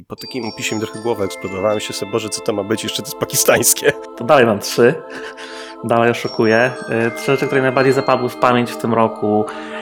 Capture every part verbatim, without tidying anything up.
po takim opisie mi trochę głowa eksplodowała. Myślę sobie, Boże, co to ma być? Jeszcze to jest pakistańskie. To dalej mam trzy. Dalej oszukuję. Trzy rzeczy, które najbardziej zapadły w pamięć w tym roku.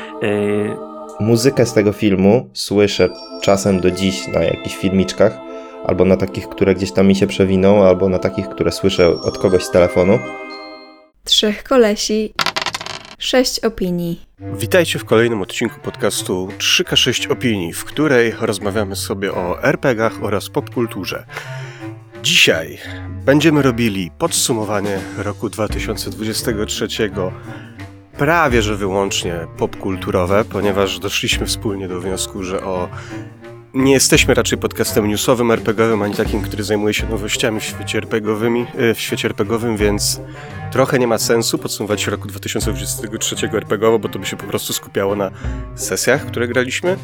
Muzykę z tego filmu słyszę czasem do dziś na jakichś filmiczkach, albo na takich, które gdzieś tam mi się przewiną, albo na takich, które słyszę od kogoś z telefonu. Trzech kolesi, sześć opinii. Witajcie w kolejnym odcinku podcastu trzy K sześć opinii, w której rozmawiamy sobie o er pe gach oraz popkulturze. Dzisiaj będziemy robili podsumowanie roku dwa tysiące dwudziestego trzeciego, prawie że wyłącznie popkulturowe, ponieważ doszliśmy wspólnie do wniosku, że o nie jesteśmy raczej podcastem newsowym, er pe gowym, ani takim, który zajmuje się nowościami w świecie er pe gowymi, w świecie er pe gowym, więc trochę nie ma sensu podsumować roku dwa tysiące dwudziestego trzeciego er pe gowo, bo to by się po prostu skupiało na sesjach, które graliśmy,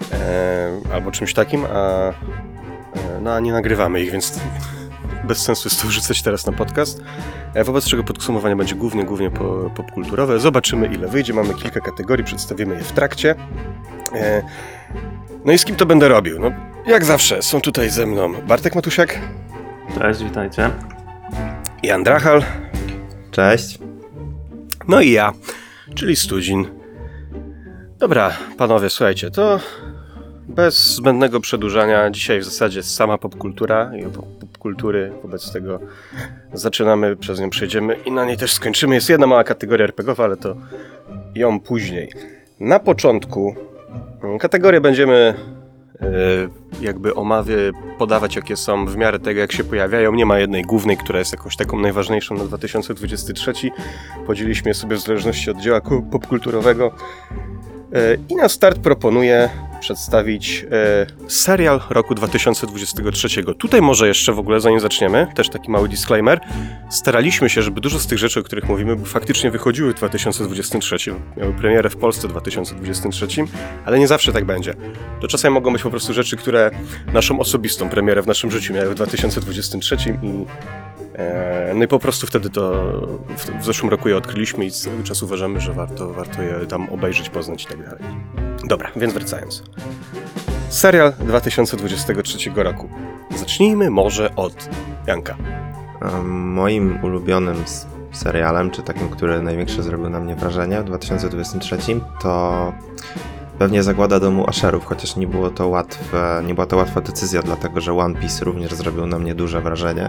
e, albo czymś takim, a, e, no, a nie nagrywamy ich, więc bez sensu jest to wrzucać teraz na podcast. E, wobec czego podsumowanie będzie głównie, głównie po, popkulturowe. Zobaczymy, ile wyjdzie. Mamy kilka kategorii, przedstawimy je w trakcie. E, No i z kim to będę robił? No, jak zawsze, są tutaj ze mną Bartek Matusiak. Cześć, witajcie. Jan Drachal. Cześć. No i ja, czyli Studzin. Dobra, panowie, słuchajcie, to bez zbędnego przedłużania. Dzisiaj w zasadzie sama popkultura i o popkultury, wobec tego zaczynamy, przez nią przejdziemy i na niej też skończymy. Jest jedna mała kategoria er pe gowa, ale to ją później. Na początku kategorie będziemy yy, jakby omawiać, podawać jakie są w miarę tego, jak się pojawiają. Nie ma jednej głównej, która jest jakąś taką najważniejszą na dwa tysiące dwudziesty trzeci. Podzieliliśmy je sobie w zależności od dzieła popkulturowego. Yy, I na start proponuję przedstawić yy, serial roku dwa tysiące dwudziestego trzeciego. Tutaj może jeszcze w ogóle, zanim zaczniemy, też taki mały disclaimer. Staraliśmy się, żeby dużo z tych rzeczy, o których mówimy, faktycznie wychodziły w dwa tysiące dwudziestym trzecim. Miały premierę w Polsce w dwa tysiące dwudziestym trzecim, ale nie zawsze tak będzie. To czasami mogą być po prostu rzeczy, które naszą osobistą premierę w naszym życiu miały w dwa tysiące dwudziestym trzecim i e, no i po prostu wtedy to w, w zeszłym roku je odkryliśmy i cały czas uważamy, że warto, warto je tam obejrzeć, poznać i tak dalej. Dobra, więc wracając. Serial dwa tysiące dwudziestego trzeciego roku. Zacznijmy może od Janka. Moim ulubionym serialem, czy takim, który największe zrobił na mnie wrażenie w dwa tysiące dwudziestym trzecim, to pewnie Zagłada Domu Asherów, chociaż nie było to łatwe, nie była to łatwa decyzja, dlatego że One Piece również zrobił na mnie duże wrażenie.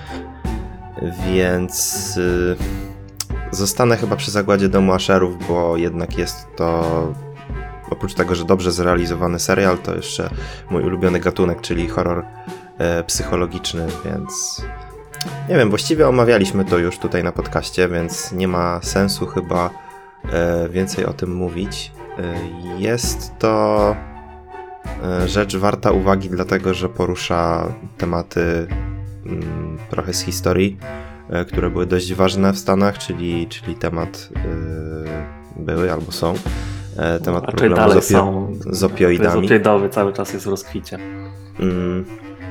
Więc yy, zostanę chyba przy Zagładzie Domu Asherów, bo jednak jest to, oprócz tego, że dobrze zrealizowany serial, to jeszcze mój ulubiony gatunek, czyli horror e, psychologiczny, więc nie wiem, właściwie omawialiśmy to już tutaj na podcaście, więc nie ma sensu chyba e, więcej o tym mówić. E, jest to e, rzecz warta uwagi, dlatego że porusza tematy m, trochę z historii, e, które były dość ważne w Stanach, czyli, czyli temat e, były albo są. Temat Raczej problemu dalej z, opio- są, z opioidami. Jest opioidowy, cały czas jest w rozkwicie. Mm.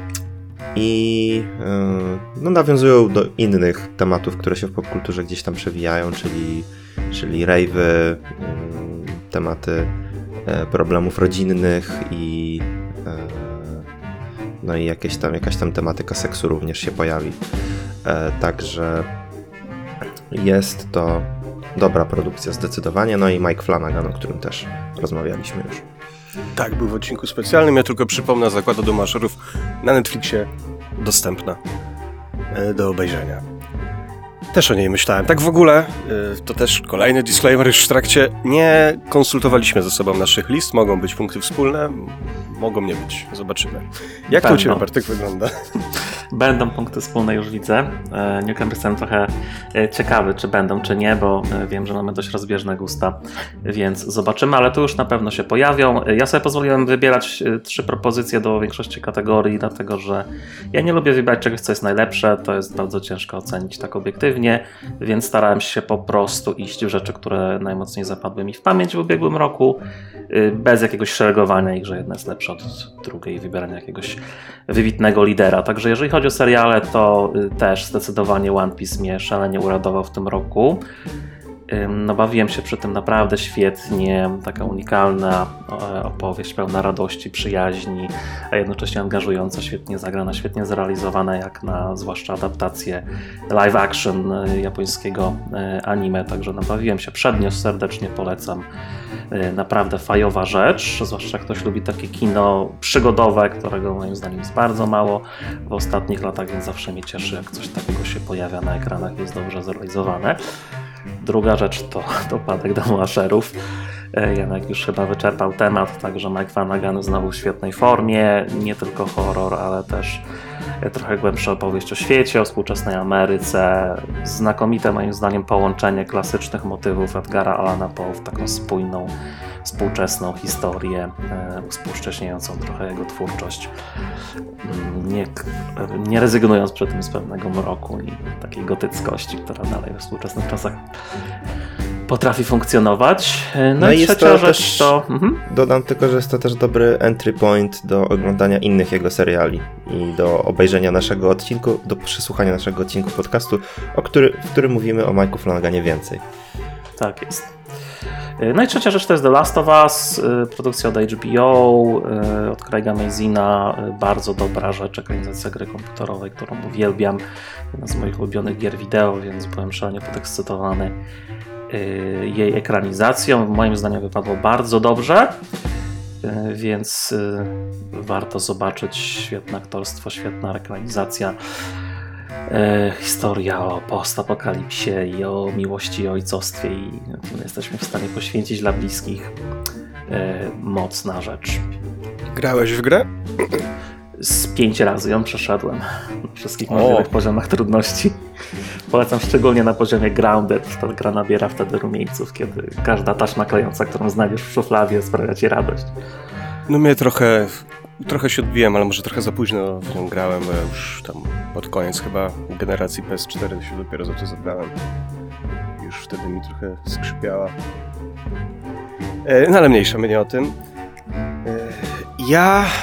I yy, no, nawiązują do innych tematów, które się w popkulturze gdzieś tam przewijają, czyli, czyli rave'y, yy, tematy yy, problemów rodzinnych i yy, no i jakieś tam, jakaś tam tematyka seksu również się pojawi. Yy, także jest to dobra produkcja zdecydowanie, no i Mike Flanagan, o którym też rozmawialiśmy już. Tak, był w odcinku specjalnym, ja tylko przypomnę, Zagłada Domu Asherów na Netflixie dostępna do obejrzenia. Też o niej myślałem. Tak w ogóle, to też kolejny disclaimer już w trakcie, nie konsultowaliśmy ze sobą naszych list, mogą być punkty wspólne, mogą nie być, zobaczymy. Jak to u Ciebie, Bartek, wygląda? Będą punkty wspólne, już widzę. Nie wiem, jestem trochę ciekawy, czy będą, czy nie, bo wiem, że mamy dość rozbieżne gusta, więc zobaczymy, ale tu już na pewno się pojawią. Ja sobie pozwoliłem wybierać trzy propozycje do większości kategorii, dlatego że ja nie lubię wybierać czegoś, co jest najlepsze, to jest bardzo ciężko ocenić tak obiektywnie, więc starałem się po prostu iść w rzeczy, które najmocniej zapadły mi w pamięć w ubiegłym roku, bez jakiegoś szeregowania ich, że jedna jest lepsza od drugiej, wybierania jakiegoś wybitnego lidera. Także jeżeli chodzi o seriale, to też zdecydowanie One Piece mnie szalenie uradował w tym roku. No, bawiłem się przy tym naprawdę świetnie, taka unikalna opowieść, pełna radości, przyjaźni, a jednocześnie angażująca, świetnie zagrana, świetnie zrealizowana, jak na zwłaszcza adaptację live action japońskiego anime, także nabawiłem się przednio, serdecznie polecam. Naprawdę fajowa rzecz, zwłaszcza jak ktoś lubi takie kino przygodowe, którego moim zdaniem jest bardzo mało w ostatnich latach, więc zawsze mnie cieszy, jak coś takiego się pojawia na ekranach i jest dobrze zrealizowane. Druga rzecz to Upadek domu Asherów. Janek już chyba wyczerpał temat, także Mike Flanagan znowu w świetnej formie, nie tylko horror, ale też trochę głębsza opowieść o świecie, o współczesnej Ameryce. Znakomite moim zdaniem połączenie klasycznych motywów Edgara Allana Poe w taką spójną, współczesną historię, uspółcześniającą trochę jego twórczość, nie, nie rezygnując przy tym z pewnego mroku i takiej gotyckości, która dalej we współczesnych czasach potrafi funkcjonować. No, no i trzecia rzecz też, to... Mhm. Dodam tylko, że jest to też dobry entry point do oglądania innych jego seriali i do obejrzenia naszego odcinku, do przesłuchania naszego odcinku podcastu, o który, w którym mówimy o Mike'u Flanaganie więcej. Tak jest. No i trzecia rzecz to jest The Last of Us, produkcja od H B O, od Craiga Mazina, bardzo dobra rzecz, ekranizacja gry komputerowej, którą uwielbiam, jedna z moich ulubionych gier wideo, więc byłem szalenie podekscytowany jej ekranizacją. Moim zdaniem wypadło bardzo dobrze, więc warto zobaczyć. Świetne aktorstwo, świetna ekranizacja. Historia o postapokalipsie i o miłości i ojcostwie i jesteśmy w stanie poświęcić dla bliskich. Mocna rzecz. Grałeś w grę? Z pięć razy ją przeszedłem na wszystkich możliwych poziomach trudności. Polecam szczególnie na poziomie Grounded. Ta gra nabiera wtedy rumieńców, kiedy każda taśma klejąca, którą znajdziesz w szufladzie, sprawia ci radość. No mnie trochę, trochę się odbiłem, ale może trochę za późno w nią grałem, bo ja już tam pod koniec chyba generacji P S cztery się dopiero za to zabrałem. Już wtedy mi trochę skrzypiała. No ale mniejsza, my nie o tym. Ja...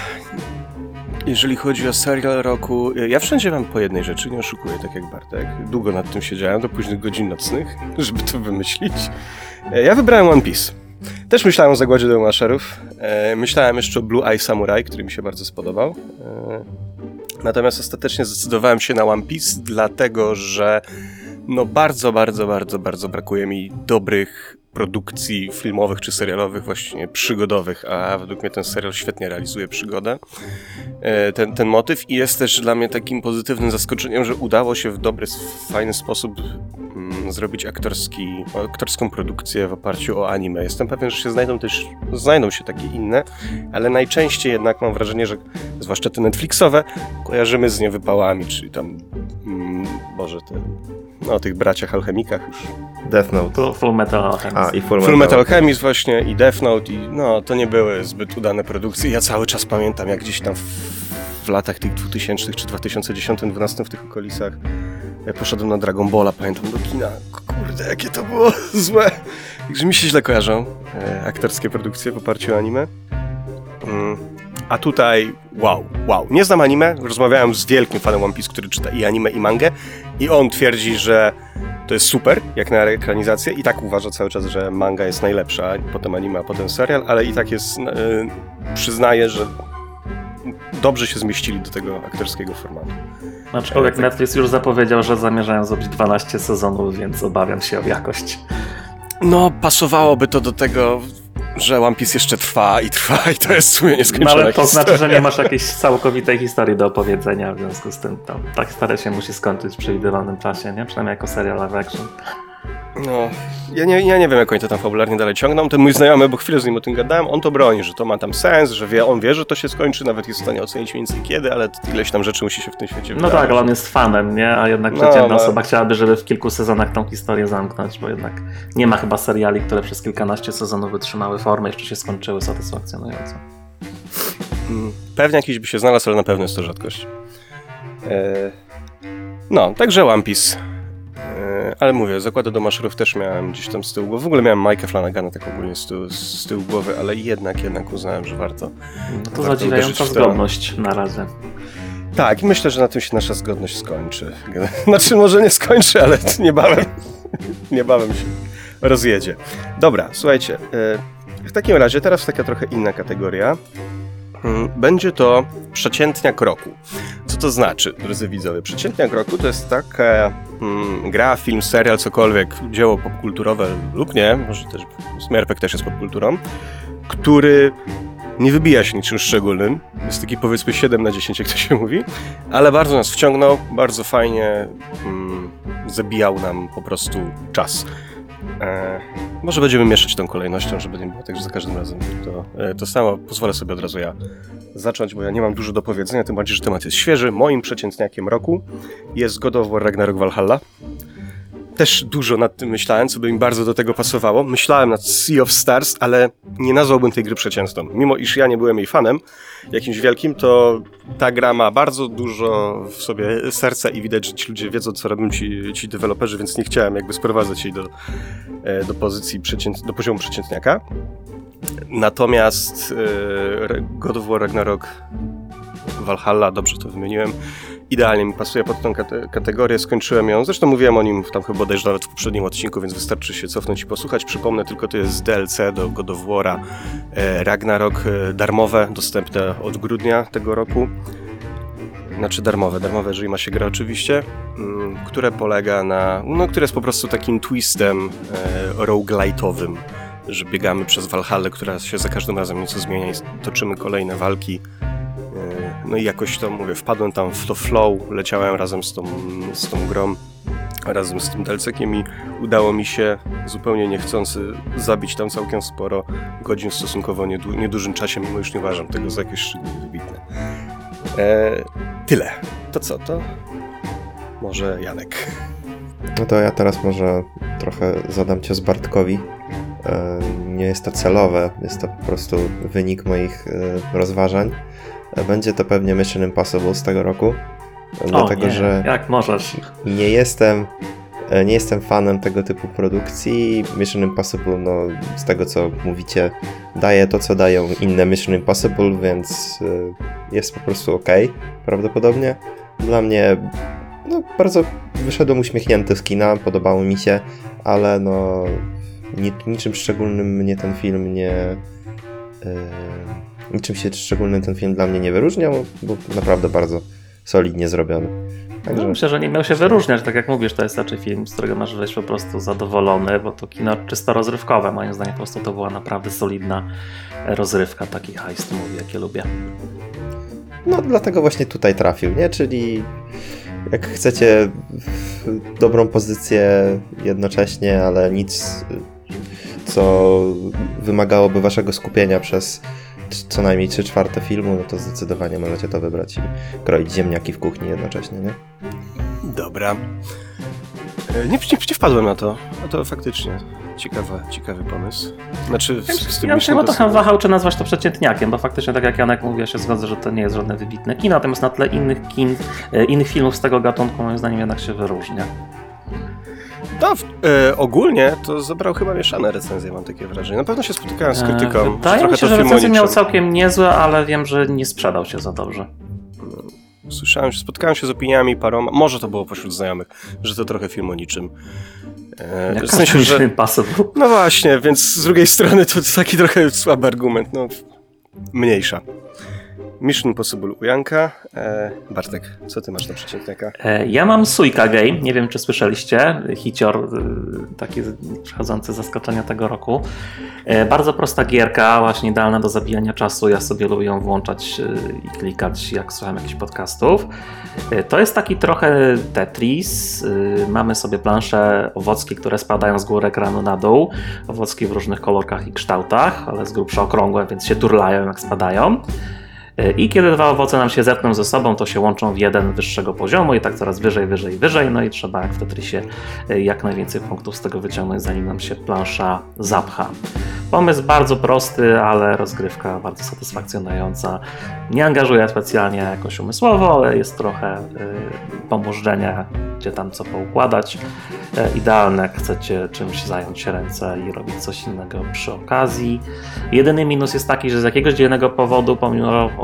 Jeżeli chodzi o serial roku, ja wszędzie mam po jednej rzeczy, nie oszukuję, tak jak Bartek. Długo nad tym siedziałem, do późnych godzin nocnych, żeby to wymyślić. Ja wybrałem One Piece. Też myślałem o Zagładzie domu Asherów. Myślałem jeszcze o Blue Eye Samurai, który mi się bardzo spodobał. Natomiast ostatecznie zdecydowałem się na One Piece, dlatego że no bardzo, bardzo, bardzo, bardzo brakuje mi dobrych produkcji filmowych czy serialowych, właśnie przygodowych, a według mnie ten serial świetnie realizuje przygodę, ten, ten motyw i jest też dla mnie takim pozytywnym zaskoczeniem, że udało się w dobry, fajny sposób mm, zrobić aktorski, aktorską produkcję w oparciu o anime. Jestem pewien, że się znajdą też, znajdą się takie inne, ale najczęściej jednak mam wrażenie, że zwłaszcza te Netflixowe kojarzymy z niewypałami, czyli tam mm, Boże, te no, o tych braciach alchemikach już. Death Note. Full Metal Alchemist. A, i Full Metal, Full Metal Alchemist właśnie i Death Note i no, to nie były zbyt udane produkcje. Ja cały czas pamiętam, jak gdzieś tam w, w latach tych dwutysięcznych czy dwa tysiące dziesiątym dwunastym w tych okolicach ja poszedłem na Dragon Balla, pamiętam, do kina. Kurde, jakie to było złe. Także mi się źle kojarzą e, aktorskie produkcje w oparciu o anime. Mm. A tutaj, wow, wow. Nie znam anime, rozmawiałem z wielkim fanem One Piece, który czyta i anime, i mangę i on twierdzi, że to jest super, jak na ekranizację i tak uważa cały czas, że manga jest najlepsza, potem anime, a potem serial, ale i tak jest, yy, przyznaje, że dobrze się zmieścili do tego aktorskiego formatu. Aczkolwiek e, tak... Netflix już zapowiedział, że zamierzają zrobić dwanaście sezonów, więc obawiam się o jakość. No, pasowałoby to do tego, że One Piece jeszcze trwa i trwa i to jest w sumie nieskończona No ale to historia. znaczy, że nie masz jakiejś całkowitej historii do opowiedzenia, w związku z tym to tak stare się musi skończyć w przewidywanym czasie, nie? Przynajmniej jako serial live action. No, ja nie, ja nie wiem, jak oni to tam fabularnie dalej ciągną. Ten mój znajomy, bo chwilę z nim o tym gadałem, on to broni, że to ma tam sens, że wie, on wie, że to się skończy, nawet jest w stanie ocenić mniej więcej kiedy, ale ileś tam rzeczy musi się w tym świecie No wydarzyć. tak, ale on jest fanem, nie? A jednak No, przeciętna no. osoba chciałaby, żeby w kilku sezonach tą historię zamknąć, bo jednak nie ma chyba seriali, które przez kilkanaście sezonów wytrzymały formę, jeszcze się skończyły satysfakcjonująco. Pewnie jakiś by się znalazł, ale na pewno jest to rzadkość. Eee, no, także One Piece. Eee, ale mówię, Zakłady domu Asherów też miałem gdzieś tam z tyłu głowy. W ogóle miałem Mike'a Flanagana tak ogólnie z tyłu, z tyłu głowy, ale jednak, jednak uznałem, że warto. No to warto zadziwiająca uderzyć w to. zgodność na razie. Tak, i myślę, że na tym się nasza zgodność skończy. Znaczy, może nie skończy, ale niebawem, niebawem się rozjedzie. Dobra, słuchajcie, w takim razie teraz taka trochę inna kategoria. Będzie to przeciętniak roku. Co to znaczy, drodzy widzowie? Przeciętniak roku to jest taka hmm, gra, film, serial, cokolwiek, dzieło popkulturowe lub nie, może też Smurfek też jest popkulturą, który nie wybija się niczym szczególnym. Jest taki powiedzmy siedem na dziesięć, jak to się mówi, ale bardzo nas wciągnął, bardzo fajnie hmm, zabijał nam po prostu czas. E, może będziemy mieszać tą kolejnością, żeby nie było tak, że za każdym razem to, e, to samo. Pozwolę sobie od razu ja zacząć, bo ja nie mam dużo do powiedzenia, tym bardziej, że temat jest świeży. Moim przeciętniakiem roku jest God of War Ragnarok Valhalla. Też dużo nad tym myślałem, co by mi bardzo do tego pasowało. Myślałem nad Sea of Stars, ale nie nazwałbym tej gry przeciętną. Mimo iż ja nie byłem jej fanem jakimś wielkim, to ta gra ma bardzo dużo w sobie serca i widać, że ci ludzie wiedzą, co robią ci, ci deweloperzy, więc nie chciałem jakby sprowadzać jej do, do pozycji, przecięt, do poziomu przeciętniaka. Natomiast e, God of War Ragnarok Valhalla, dobrze to wymieniłem, idealnie mi pasuje pod tą kate- kategorię, skończyłem ją, zresztą mówiłem o nim tam chyba bodajże nawet w poprzednim odcinku, więc wystarczy się cofnąć i posłuchać. Przypomnę tylko, to jest D L C do God of War'a e, Ragnarok, e, darmowe, dostępne od grudnia tego roku. Znaczy darmowe, darmowe, jeżeli ma się grę oczywiście, m, które polega na, no które jest po prostu takim twistem e, roguelite'owym, że biegamy przez Valhallę, która się za każdym razem nieco zmienia i toczymy kolejne walki. No i jakoś to, mówię, wpadłem tam w to flow, leciałem razem z tą, z tą grą, razem z tym delcekiem i udało mi się zupełnie niechcący zabić tam całkiem sporo godzin w stosunkowo niedu- niedużym czasie, mimo już nie uważam tego za jakieś szczególnie wybitne. E, tyle. To co, to może Janek. No to ja teraz może trochę zadam cios Bartkowi. Nie jest to celowe, jest to po prostu wynik moich rozważań. Będzie to pewnie Mission Impossible z tego roku, o, dlatego nie, że jak możesz. nie jestem, nie jestem fanem tego typu produkcji. Mission Impossible, no z tego co mówicie, daje to, co dają inne Mission Impossible, więc jest po prostu okej, prawdopodobnie. Dla mnie no, bardzo wyszedłem uśmiechnięty z kina, podobało mi się, ale no ni- niczym szczególnym mnie ten film nie... Yy, niczym się szczególnym ten film dla mnie nie wyróżniał, bo naprawdę bardzo solidnie zrobiony. Także... No, myślę, że nie miał się wyróżniać, tak jak mówisz, to jest raczej film, z którego masz wyjść po prostu zadowolony, bo to kino czysto rozrywkowe, moim zdaniem po prostu to była naprawdę solidna rozrywka, taki heist movie, jakie lubię. No dlatego właśnie tutaj trafił, nie? Czyli jak chcecie dobrą pozycję jednocześnie, ale nic, co wymagałoby waszego skupienia przez co najmniej trzy czwarte filmu, no to zdecydowanie możecie to wybrać i kroić ziemniaki w kuchni jednocześnie, nie? Dobra. E, nie, nie, nie wpadłem na to, a to faktycznie ciekawa, ciekawy pomysł. Znaczy, z, z tym Ja bym Mission chyba trochę Impossible. wahał, czy nazwać to przeciętniakiem, bo faktycznie, tak jak Janek mówi, ja się zgodzę, że to nie jest żadne wybitne kino, natomiast na tle innych kin, innych filmów z tego gatunku, moim zdaniem, jednak się wyróżnia. No, e, ogólnie to zebrał chyba mieszane recenzje, mam takie wrażenie. Na pewno się spotykałem z krytyką. E, że Wydaje trochę mi się, to że film o recenzje miał niczym. całkiem niezłe, ale wiem, że nie sprzedał się za dobrze. Słyszałem, że spotkałem się z opiniami paroma, może to było pośród znajomych, że to trochę film o niczym. E, Jak w sensie, że... Impossible. No właśnie, więc z drugiej strony to jest taki trochę słaby argument, no mniejsza. Mission Impossible u Janka. E, Bartek, co ty masz na przeciętniaka? E, Ja mam Suika Game, nie wiem czy słyszeliście, hicior, y, taki przychodzący z zaskoczenia tego roku. E, Bardzo prosta gierka, właśnie idealna do zabijania czasu, ja sobie lubię ją włączać y, i klikać jak słucham jakichś podcastów. E, To jest taki trochę Tetris, y, mamy sobie plansze owocki, które spadają z góry ekranu na dół, owocki w różnych kolorkach i kształtach, ale z grubsza okrągłe, więc się turlają jak spadają. I kiedy dwa owoce nam się zepną ze sobą, to się łączą w jeden wyższego poziomu i tak coraz wyżej, wyżej, wyżej. No i trzeba jak w Tetrisie jak najwięcej punktów z tego wyciągnąć, zanim nam się plansza zapcha. Pomysł bardzo prosty, ale rozgrywka bardzo satysfakcjonująca. Nie angażuje specjalnie jakoś umysłowo, ale jest trochę y, pomożdżenia, gdzie tam co poukładać. Y, idealne, jak chcecie czymś zająć się ręce i robić coś innego przy okazji. Jedyny minus jest taki, że z jakiegoś dziwnego powodu, pomimo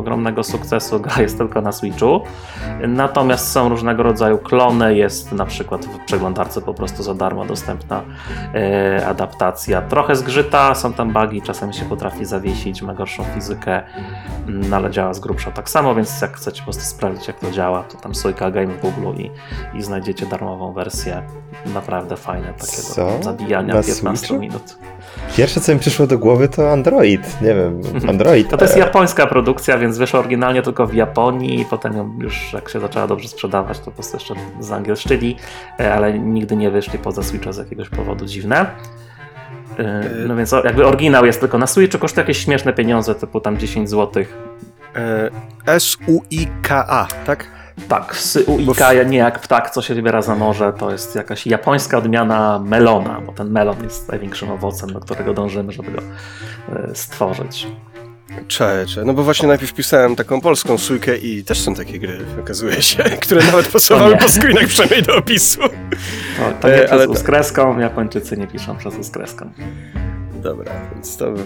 ogromnego sukcesu, gra jest tylko na Switchu. Natomiast są różnego rodzaju klony, jest na przykład w przeglądarce po prostu za darmo dostępna e, adaptacja. Trochę zgrzyta, są tam bugi, czasem się potrafi zawiesić, ma gorszą fizykę, no, ale działa z grubsza tak samo, więc jak chcecie po prostu sprawdzić, jak to działa, to tam Sójka Game w Google i, i znajdziecie darmową wersję. Naprawdę fajne, takiego Co? zabijania Na piętnaście Switchu? minut. Pierwsze, co mi przyszło do głowy, to Android. Nie wiem, Android. To, to jest e, japońska produkcja, więc wyszła oryginalnie tylko w Japonii i potem ją już jak się zaczęła dobrze sprzedawać, to po prostu jeszcze zangielszczyli, e, ale nigdy nie wyszli poza Switcha z jakiegoś powodu, dziwne. E, No więc o- jakby oryginał jest tylko na Switchu, kosztuje jakieś śmieszne pieniądze, typu tam dziesięć złotych. E, S U I K A, tak? Tak, z U I K, nie jak ptak, co się wybiera za morze, to jest jakaś japońska odmiana melona, bo ten melon jest największym owocem, do którego dążymy, żeby go e, stworzyć. Cześć, no bo właśnie najpierw pisałem taką polską Sójkę i też są takie gry, okazuje się, które nawet pasowały nie. po screenach przynajmniej do opisu. To, to nie E, przez ale U z to- kreską, Japończycy nie piszą przez U z kreską. Dobra, więc to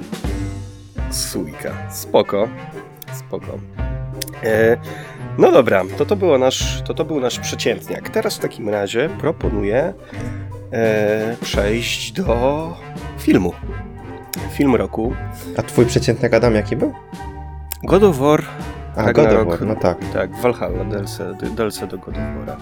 Sójka. Spoko. Spoko. E, no dobra, to to, było nasz, to to był nasz przeciętniak. Teraz w takim razie proponuję e, przejść do filmu. Film roku. A twój przeciętny Adam jaki był? God of War. A, God Ragnarok. of War, no tak. Tak, Valhalla, D L C, D L C do God of War'a.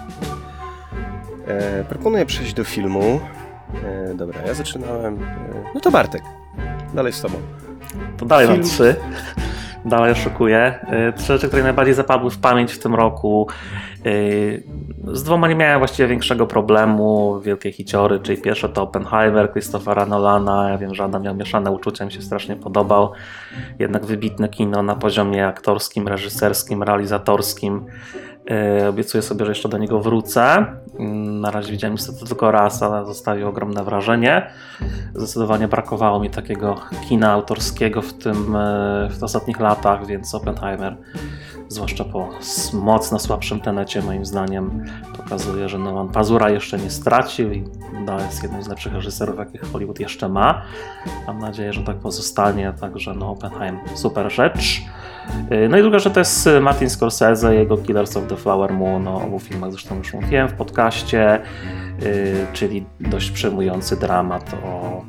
E, proponuję przejść do filmu. E, dobra, ja zaczynałem... E, no to Bartek. Dalej z tobą. To dalej Film. mam trzy. Dalej oszukuję. Y, Trzy rzeczy, które najbardziej zapadły w pamięć w tym roku. Y, Z dwoma nie miałem właściwie większego problemu. Wielkie hiciory, czyli pierwsze to Oppenheimer Christophera Nolana. Ja wiem, że Adam miał mieszane uczucia, mi się strasznie podobał. Jednak wybitne kino na poziomie aktorskim, reżyserskim, realizatorskim. Y, Obiecuję sobie, że jeszcze do niego wrócę. Y, Na razie widziałem niestety tylko raz, ale zostawił ogromne wrażenie. Zdecydowanie brakowało mi takiego kina autorskiego w tym e, w ostatnich latach, więc Oppenheimer, zwłaszcza po s- mocno słabszym tenecie, moim zdaniem, pokazuje, że Nolan pazura jeszcze nie stracił i dalej jest jednym z lepszych reżyserów, jakich Hollywood jeszcze ma. Mam nadzieję, że tak pozostanie, także no Oppenheim, super rzecz. E, No i druga rzecz to jest Martin Scorsese, jego Killers of the Flower Moon, o obu filmach zresztą już mówiłem w podcaście, y, czyli dość przejmujący dramat o,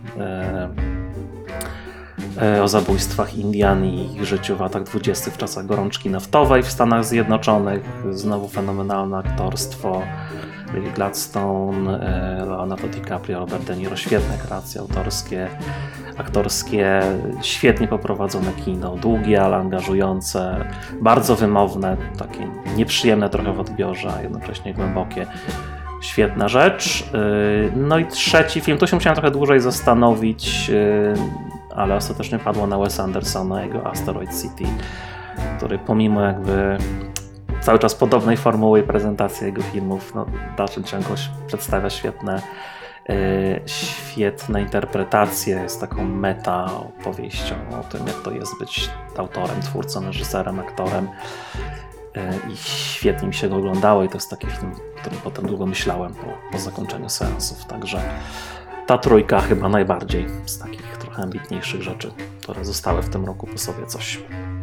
y, y, o zabójstwach Indian i ich życiu w latach dwudziestych w czasach gorączki naftowej w Stanach Zjednoczonych. Znowu fenomenalne aktorstwo. Lily Gladstone, y, Leonardo DiCaprio, Robert De Niro, świetne kreacje autorskie, aktorskie, świetnie poprowadzone kino, długie, ale angażujące, bardzo wymowne, takie nieprzyjemne trochę w odbiorze, a jednocześnie głębokie. Świetna rzecz. Yy, No i trzeci film, tu się musiałem trochę dłużej zastanowić, yy, ale ostatecznie padło na Wes Andersona, jego Asteroid City, który pomimo jakby cały czas podobnej formuły i prezentacji jego filmów, no, w dalszym ciągu przedstawia świetne Yy, świetne interpretacje, jest taką meta opowieścią o tym, jak to jest być autorem, twórcą, reżyserem, aktorem yy, i świetnie mi się go oglądało i to jest taki film, o którym potem długo myślałem po, po zakończeniu seansów, także ta trójka chyba najbardziej z takich trochę ambitniejszych rzeczy, które zostały w tym roku po sobie coś.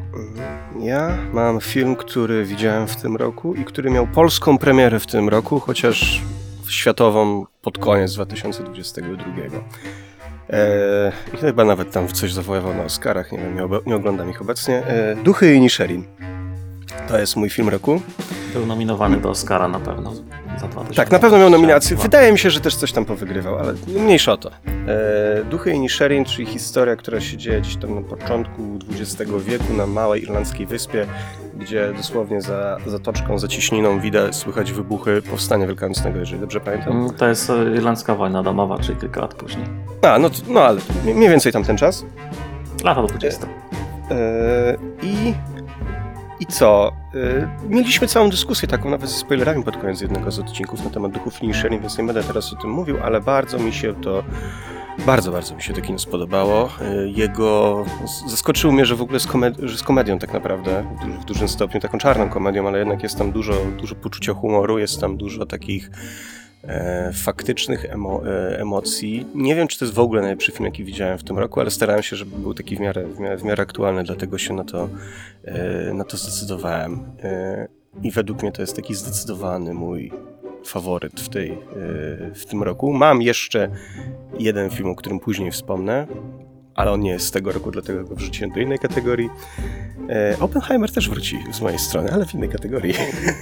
Ja mam film, który widziałem w tym roku i który miał polską premierę w tym roku, chociaż światową pod koniec dwa tysiące dwudziestego drugiego. Eee, I chyba nawet tam coś zawoływał na Oscarach, nie wiem, nie, obe- nie oglądam ich obecnie. Eee, Duchy i Inisherin. To jest mój film roku. Był nominowany do Oscara na pewno za dwa tysiące. Tak, na pewno miał nominację. Wydaje mi się, że też coś tam powygrywał, ale mniejsza o to. Eee, Duchy i Inisherin, czyli historia, która się dzieje gdzieś tam na początku dwudziestego wieku na małej irlandzkiej wyspie, gdzie dosłownie za zatoczką, za ciśniną widać, słychać wybuchy powstania wielkanocnego, jeżeli dobrze pamiętam. Mm, To jest e, irlandzka wojna domowa, czyli kilka lat później. A, no, to- no ale mniej więcej tam ten czas. Lata dwudzieste. Eee, I I co? Yy, mieliśmy całą dyskusję taką nawet ze spoilerami pod koniec jednego z odcinków na temat Duchów Inisherin, więc nie będę teraz o tym mówił, ale bardzo mi się to, bardzo, bardzo mi się to kino spodobało. Yy, jego, z- zaskoczyło mnie, że w ogóle jest komed- że jest komedią tak naprawdę, w, du- w dużym stopniu, taką czarną komedią, ale jednak jest tam dużo, dużo poczucia humoru, jest tam dużo takich e, faktycznych emo, e, emocji. Nie wiem, czy to jest w ogóle najlepszy film, jaki widziałem w tym roku, ale starałem się, żeby był taki w miarę, w miarę, w miarę aktualny, dlatego się na to, e, na to zdecydowałem. E, I według mnie to jest taki zdecydowany mój faworyt w, tej, e, w tym roku. Mam jeszcze jeden film, o którym później wspomnę, ale on nie jest z tego roku, dlatego go wrzuciłem do innej kategorii. E, Oppenheimer też wróci z mojej strony, ale w innej kategorii.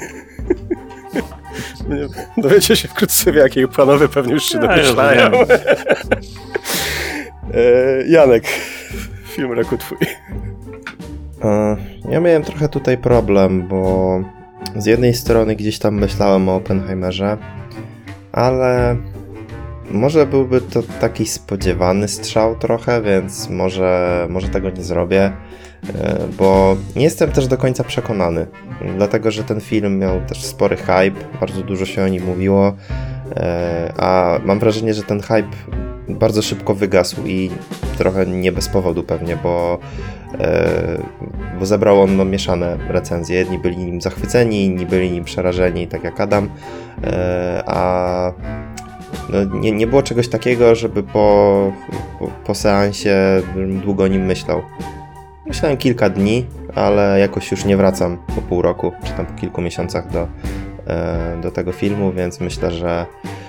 Dowiecie się wkrótce, w jakiej panowie pewnie już się Ja domyślają. już e, Janek, film roku twój. E, Ja miałem trochę tutaj problem, bo z jednej strony gdzieś tam myślałem o Oppenheimerze, ale może byłby to taki spodziewany strzał trochę, więc może, może tego nie zrobię, e, bo nie jestem też do końca przekonany, dlatego że ten film miał też spory hype, bardzo dużo się o nim mówiło, e, a mam wrażenie, że ten hype bardzo szybko wygasł i trochę nie bez powodu pewnie, bo, e, bo zebrał on no, mieszane recenzje. Jedni byli nim zachwyceni, inni byli nim przerażeni, tak jak Adam, e, a no, nie, nie było czegoś takiego, żeby po, po, po seansie długo o nim myślał. Myślałem kilka dni, ale jakoś już nie wracam po pół roku, czy tam po kilku miesiącach do, e, do tego filmu, więc myślę, że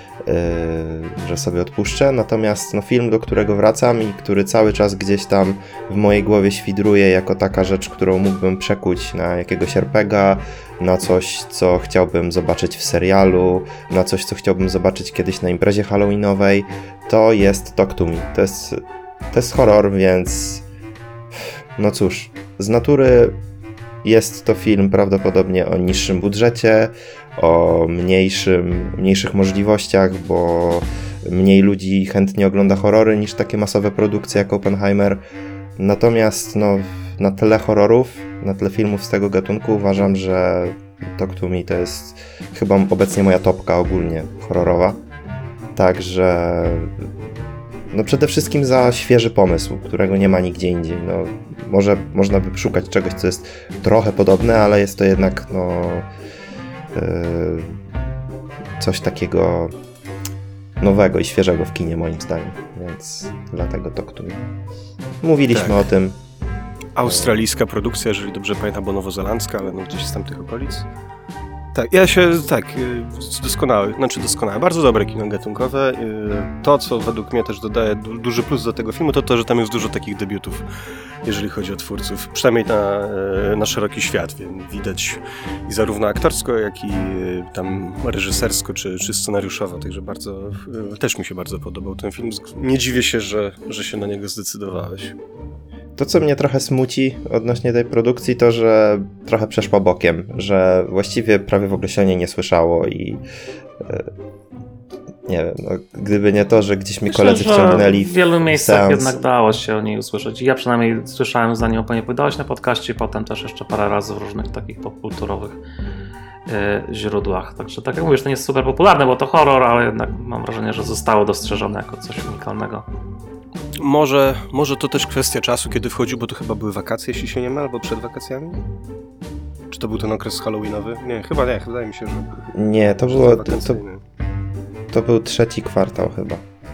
Yy, że sobie odpuszczę, natomiast no, film, do którego wracam i który cały czas gdzieś tam w mojej głowie świdruje jako taka rzecz, którą mógłbym przekuć na jakiegoś er pe ga, na coś, co chciałbym zobaczyć w serialu, na coś, co chciałbym zobaczyć kiedyś na imprezie halloweenowej, to jest Talk to Me. To jest, to jest horror, więc no cóż, z natury jest to film prawdopodobnie o niższym budżecie, o mniejszym, mniejszych możliwościach, bo mniej ludzi chętnie ogląda horrory niż takie masowe produkcje jak Oppenheimer. Natomiast no, na tle horrorów, na tle filmów z tego gatunku uważam, że Talk to Me to jest chyba obecnie moja topka ogólnie horrorowa. Także no przede wszystkim za świeży pomysł, którego nie ma nigdzie indziej. No, może można by szukać czegoś, co jest trochę podobne, ale jest to jednak no, yy, coś takiego nowego i świeżego w kinie moim zdaniem, więc dlatego Talk to Me. Mówiliśmy Tak. o tym. Australijska produkcja, jeżeli dobrze pamiętam, bo nowozelandzka, ale no gdzieś z tamtych okolic. Tak, ja się, tak, y, doskonałe, znaczy doskonałe, bardzo dobre kino gatunkowe. Y, To, co według mnie też dodaje du- duży plus do tego filmu, to to, że tam jest dużo takich debiutów, jeżeli chodzi o twórców, przynajmniej na, y, na szeroki świat, więc widać i zarówno aktorsko, jak i y, tam reżysersko, czy, czy scenariuszowo, także bardzo, y, też mi się bardzo podobał ten film. Nie dziwię się, że, że się na niego zdecydowałeś. To, co mnie trochę smuci odnośnie tej produkcji, to, że trochę przeszła bokiem, że właściwie prawie w ogóle się o niej nie słyszało i e, nie wiem, no, gdyby nie to, że gdzieś mi Myślę, koledzy że wciągnęli w wielu miejscach seans. jednak dało się o niej usłyszeć. Ja przynajmniej słyszałem, zanim o niej opowiadałeś na podcaście, potem też jeszcze parę razy w różnych takich popkulturowych yy, źródłach. Także tak jak mówisz, to nie jest super popularne, bo to horror, ale jednak mam wrażenie, że zostało dostrzeżone jako coś unikalnego. Może, może to też kwestia czasu, kiedy wchodził, bo to chyba były wakacje, jeśli się nie mylę, albo przed wakacjami? Czy to był ten okres halloweenowy? Nie, chyba nie, wydaje mi się, że Nie, to, że było, to, wakacyjny. to był trzeci kwartał chyba.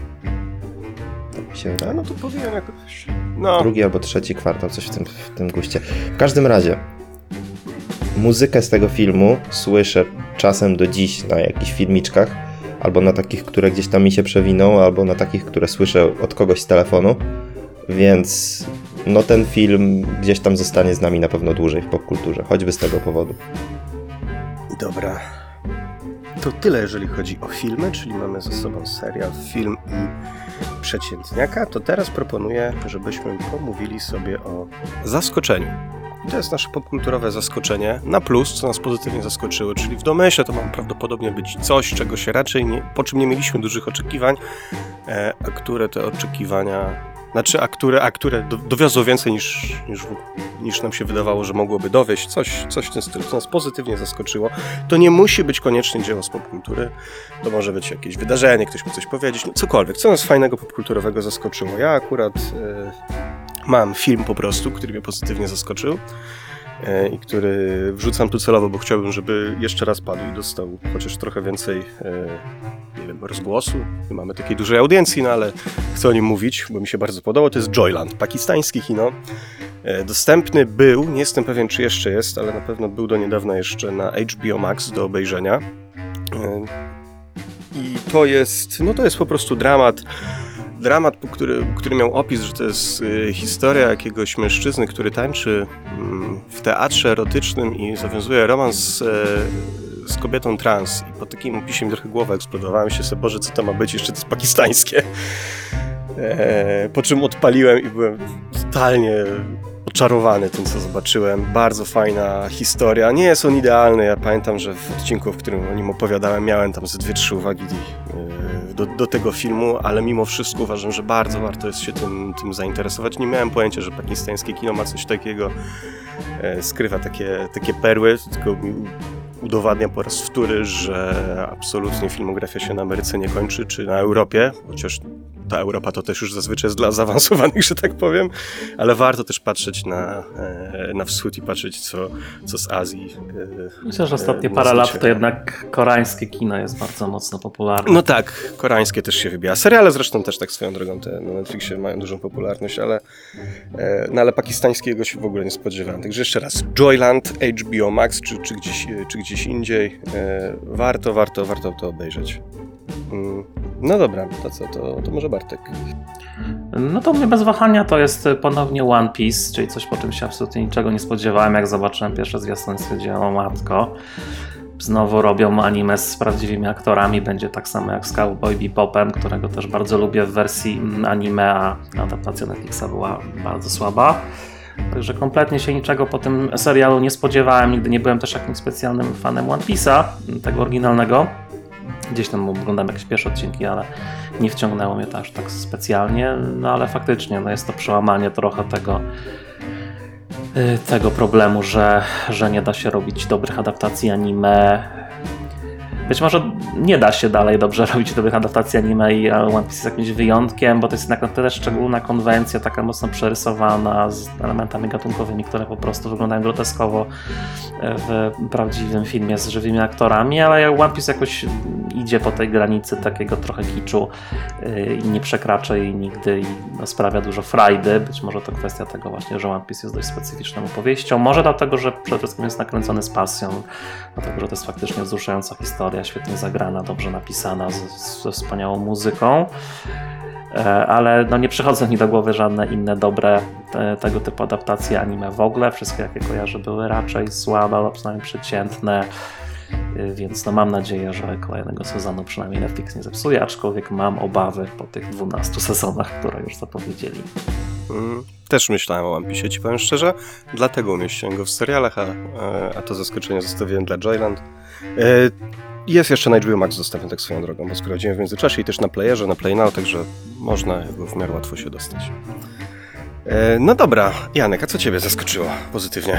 Tak mi się A, wydaje. no to powinien jakoś... No, Drugi albo trzeci kwartał, coś w tym, w tym guście. W każdym razie, muzykę z tego filmu słyszę czasem do dziś na jakichś filmiczkach, albo na takich, które gdzieś tam mi się przewiną, albo na takich, które słyszę od kogoś z telefonu, więc no ten film gdzieś tam zostanie z nami na pewno dłużej w popkulturze, choćby z tego powodu. dobra. To tyle, jeżeli chodzi o filmy, czyli mamy ze sobą serial, film i przeciętniaka. To teraz proponuję, żebyśmy pomówili sobie o zaskoczeniu. I to jest nasze popkulturowe zaskoczenie na plus, co nas pozytywnie zaskoczyło, czyli w domyśle to ma prawdopodobnie być coś, czego się raczej nie, po czym nie mieliśmy dużych oczekiwań, e, a które te oczekiwania, znaczy a które, a które do, dowiozło więcej niż, niż, niż nam się wydawało, że mogłoby dowieść, coś, coś w tym stylu, co nas pozytywnie zaskoczyło. To nie musi być koniecznie dzieło z popkultury, to może być jakieś wydarzenie, ktoś mi coś powiedzieć, no cokolwiek, co nas fajnego popkulturowego zaskoczyło. Ja akurat... E, Mam film po prostu, który mnie pozytywnie zaskoczył. e, i który wrzucam tu celowo, bo chciałbym, żeby jeszcze raz padł i dostał chociaż trochę więcej e, nie wiem, rozgłosu. Nie mamy takiej dużej audiencji, no ale chcę o nim mówić, bo mi się bardzo podobał. To jest Joyland, pakistańskie kino. E, dostępny był, nie jestem pewien, czy jeszcze jest, ale na pewno był do niedawna jeszcze na H B O Max do obejrzenia. E, I to jest, no to jest po prostu dramat. Dramat, który, który miał opis, że to jest y, historia jakiegoś mężczyzny, który tańczy y, w teatrze erotycznym i zawiązuje romans y, z kobietą trans. I po takim opisie mi trochę głowa eksplodowała. Myślę sobie, Boże, co to ma być? Jeszcze to jest pakistańskie. E, po czym odpaliłem i byłem totalnie oczarowany tym, co zobaczyłem. Bardzo fajna historia. Nie jest on idealny. Ja pamiętam, że w odcinku, w którym o nim opowiadałem, miałem tam ze dwie, trzy uwagi y, do, do tego filmu, ale mimo wszystko uważam, że bardzo warto jest się tym, tym zainteresować. Nie miałem pojęcia, że pakistańskie kino ma coś takiego. E, skrywa takie, takie perły, tylko mi udowadnia po raz wtóry, że absolutnie filmografia się na Ameryce nie kończy, czy na Europie, chociaż ta Europa to też już zazwyczaj jest dla zaawansowanych, że tak powiem, ale warto też patrzeć na, na wschód i patrzeć, co, co z Azji. Myślę, że ostatnie parę lat to jednak koreańskie kino jest bardzo mocno popularne. No tak, koreańskie też się wybija. Seriale zresztą też tak swoją drogą, te na Netflixie mają dużą popularność, ale, no ale pakistańskiego się w ogóle nie spodziewałem. Także jeszcze raz, Joyland, H B O Max, czy, czy, gdzieś, czy gdzieś indziej. Warto, warto, warto to obejrzeć. No dobra, to co, to, to może Bartek. No to mnie bez wahania to jest ponownie One Piece, czyli coś, po czym się absolutnie niczego nie spodziewałem. Jak zobaczyłem pierwsze zwiastuny, stwierdziłem, o matko, znowu robią anime z prawdziwymi aktorami, będzie tak samo jak z Cowboy Bebopem, którego też bardzo lubię w wersji anime, a adaptacja Netflixa była bardzo słaba. Także kompletnie się niczego po tym serialu nie spodziewałem, nigdy nie byłem też jakimś specjalnym fanem One Piece'a, tego oryginalnego. Gdzieś tam oglądam jakieś pierwsze odcinki, ale nie wciągnęło mnie to aż tak specjalnie, no ale faktycznie no jest to przełamanie trochę tego, tego problemu, że, że nie da się robić dobrych adaptacji anime. Być może nie da się dalej dobrze robić dobrych adaptacji anime i One Piece jest jakimś wyjątkiem, bo to jest jednak na tyle szczególna konwencja, taka mocno przerysowana, z elementami gatunkowymi, które po prostu wyglądają groteskowo w prawdziwym filmie z żywymi aktorami, ale One Piece jakoś idzie po tej granicy takiego trochę kiczu i nie przekracza jej nigdy i no, sprawia dużo frajdy. Być może to kwestia tego właśnie, że One Piece jest dość specyficzną opowieścią. Może dlatego, że przede wszystkim jest nakręcony z pasją, dlatego, że to jest faktycznie wzruszająca historia, świetnie zagrana, dobrze napisana, z, ze wspaniałą muzyką. Ale no nie przychodzą mi do głowy żadne inne dobre te, tego typu adaptacje anime w ogóle. Wszystkie jakie kojarzę były raczej słabe, albo przynajmniej przeciętne. Więc no mam nadzieję, że kolejnego sezonu przynajmniej Netflix nie zepsuje, aczkolwiek mam obawy po tych dwunastu sezonach, które już zapowiedzieli. Mm, też myślałem o One Piece, ci powiem szczerze, dlatego umieściłem go w serialach, a, a to zaskoczenie zostawiłem dla Joyland. Jest jeszcze na H B O Max dostępny tak swoją drogą, bo sprawdziłem w międzyczasie i też na playerze, na Play Now, także można go w miarę łatwo się dostać. No dobra, Janek, a co ciebie zaskoczyło pozytywnie?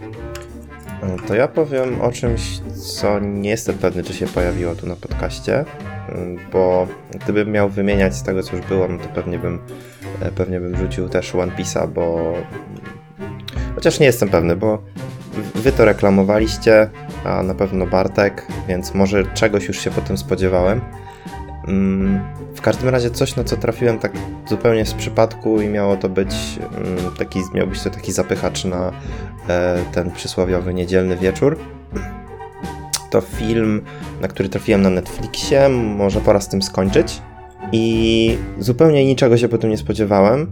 To ja powiem o czymś, co nie jestem pewny, czy się pojawiło tu na podcaście, bo gdybym miał wymieniać z tego, co już było, no to pewnie bym, pewnie bym rzucił też One Piece'a, bo chociaż nie jestem pewny, bo wy to reklamowaliście, a na pewno Bartek, więc może czegoś już się po tym spodziewałem. W każdym razie coś, na co trafiłem tak zupełnie z przypadku i miało to być taki, miał być to taki zapychacz na ten przysłowiowy niedzielny wieczór. To film, na który trafiłem na Netflixie, może pora z tym skończyć. I zupełnie niczego się po tym nie spodziewałem.